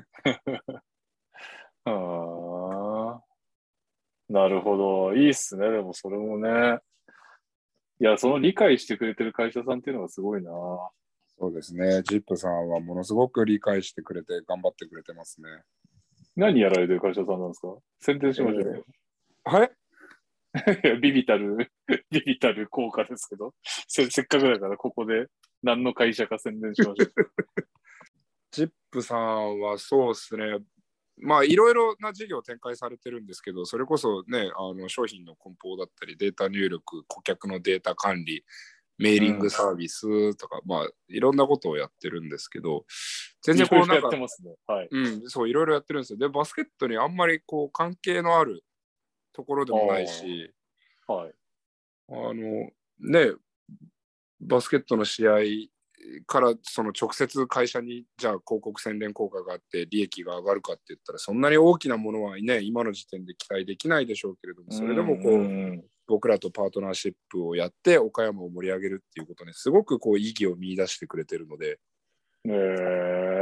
[SPEAKER 1] なるほど。いいっすね。でもそれもね。いや、その理解してくれてる会社さんっていうのがすごいな。
[SPEAKER 2] そうですね。ジップさんはものすごく理解してくれて頑張ってくれてますね。
[SPEAKER 1] 何やられてる会社さんなんですか？宣伝しましょうよ。
[SPEAKER 2] はい
[SPEAKER 1] ビビたる効果ですけどせっかくだからここで何の会社か宣伝しましょう。
[SPEAKER 2] ジップさんはそうですね。いろいろな事業を展開されてるんですけど、それこそね、商品の梱包だったり、データ入力、顧客のデータ管理、 メーリングサービスとか、まあいろんなことをやってるんですけど、全然こうなんか、
[SPEAKER 1] やってますね。はい。
[SPEAKER 2] そういろいろやってるんですよ。で、バスケットにあんまりこう関係のあるところでもないし、
[SPEAKER 1] はい。
[SPEAKER 2] ね、バスケットの試合からその直接会社にじゃあ広告宣伝効果があって利益が上がるかって言ったらそんなに大きなものはね今の時点で期待できないでしょうけれども、それでもこう僕らとパートナーシップをやって岡山を盛り上げるっていうことにすごくこう意義を見出してくれてるので、
[SPEAKER 1] はい、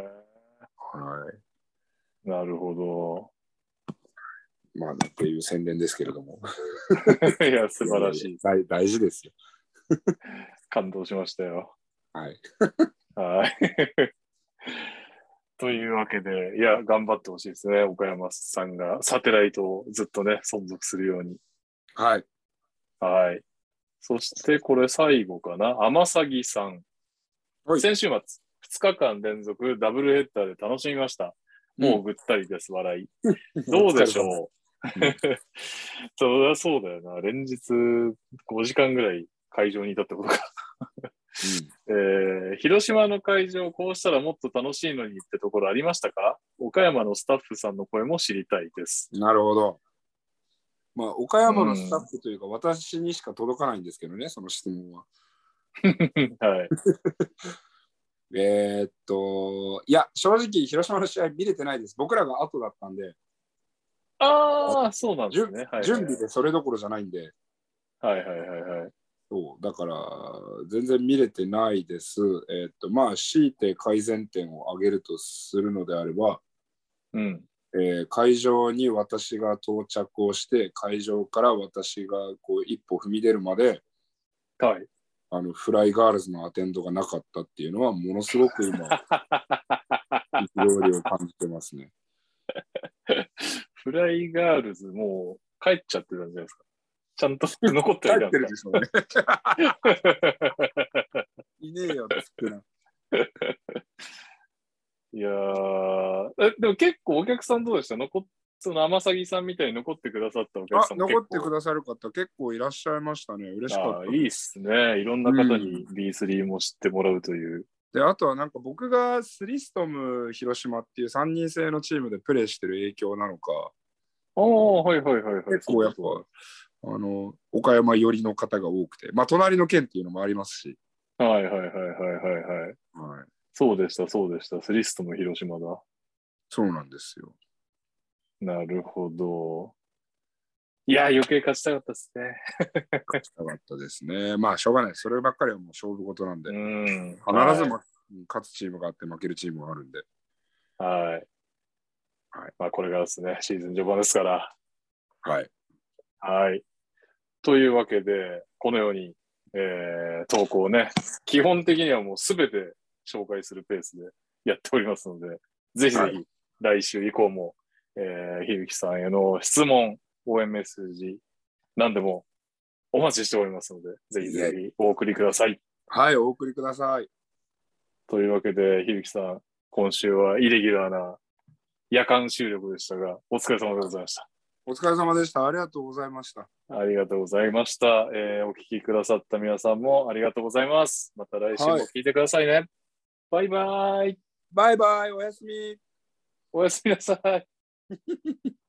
[SPEAKER 2] な
[SPEAKER 1] るほど。
[SPEAKER 2] まあっていう宣伝ですけれども
[SPEAKER 1] いや素晴らしい。
[SPEAKER 2] 大事ですよ。
[SPEAKER 1] 感動しましたよ。
[SPEAKER 2] はい。
[SPEAKER 1] はい。というわけで、いや、頑張ってほしいですね。岡山さんがサテライトをずっとね、存続するように。
[SPEAKER 2] はい。
[SPEAKER 1] はい。そしてこれ最後かな。天崎さん。先週末、2日間連続ダブルヘッダーで楽しみました。もうぐったりです、笑い。どうでしょうそりゃそうだよな。連日5時間ぐらい会場にいたってことか。広島の会場、こうしたらもっと楽しいのにってところありましたか？岡山のスタッフさんの声も知りたいです。
[SPEAKER 2] なるほど。まあ、岡山のスタッフというか、私にしか届かないんですけどね、その質問は。
[SPEAKER 1] はい。
[SPEAKER 2] いや、正直、広島の試合見れてないです。僕らが後だったんで。
[SPEAKER 1] ああ、そうなんですね。
[SPEAKER 2] 準備でそれどころじゃないんで。
[SPEAKER 1] はいはいはいはい。
[SPEAKER 2] そうだから全然見れてないです。まあ強いて改善点を挙げるとするのであれば、会場に私が到着をして会場から私がこう一歩踏み出るまで、
[SPEAKER 1] はい、
[SPEAKER 2] フライガールズのアテンドがなかったっていうのはものすごく今憤りを感じてますね。
[SPEAKER 1] フライガールズもう帰っちゃってたんじゃないですか。ちゃんと残ってる
[SPEAKER 2] でしょうね。いねえよってな。
[SPEAKER 1] いやでも結構お客さんどうでした？その天崎さんみたいに残ってくださったお客さんも
[SPEAKER 2] 残ってくださる方結構いらっしゃいましたね。嬉しかった。
[SPEAKER 1] いいっすね。いろんな方に B3 も知ってもらうという。
[SPEAKER 2] で、あとはなんか僕がスリストム広島っていう3人制のチームでプレーしてる影響なのか。
[SPEAKER 1] はいはいはいはい。
[SPEAKER 2] 結構やっぱ岡山寄りの方が多くて、まあ隣の県っていうのもありますし。
[SPEAKER 1] はいはいはいはいはいはい。はい、そうでしたそうでした。スリストム広島だ。
[SPEAKER 2] そうなんですよ。
[SPEAKER 1] なるほど。いや、余計勝ちたかったですね。
[SPEAKER 2] 勝ちたかったですね。まあ、しょうがない。そればっかりはもう勝負事なんで。必ず、勝つチームがあって負けるチームがあるんで。
[SPEAKER 1] はい。まあ、これからですね。シーズン序盤ですから。
[SPEAKER 2] はい。
[SPEAKER 1] はい。というわけで、このように、投稿をね、基本的にはもうすべて紹介するペースでやっておりますので、ぜひぜひ来週以降も、響さんへの質問、応援メッセージ、何でもお待ちしておりますので、ぜひぜひお送りください。
[SPEAKER 2] はい、お送りください。
[SPEAKER 1] というわけで、響さん、今週はイレギュラーな夜間収録でしたが、お疲れ様でございました。
[SPEAKER 2] お疲れ様でした。ありがとうございました。
[SPEAKER 1] ありがとうございました。お聞きくださった皆さんもありがとうございます。また来週も聞いてくださいね。バイバイ。
[SPEAKER 2] バイバイ。おやすみ。
[SPEAKER 1] おやすみなさい。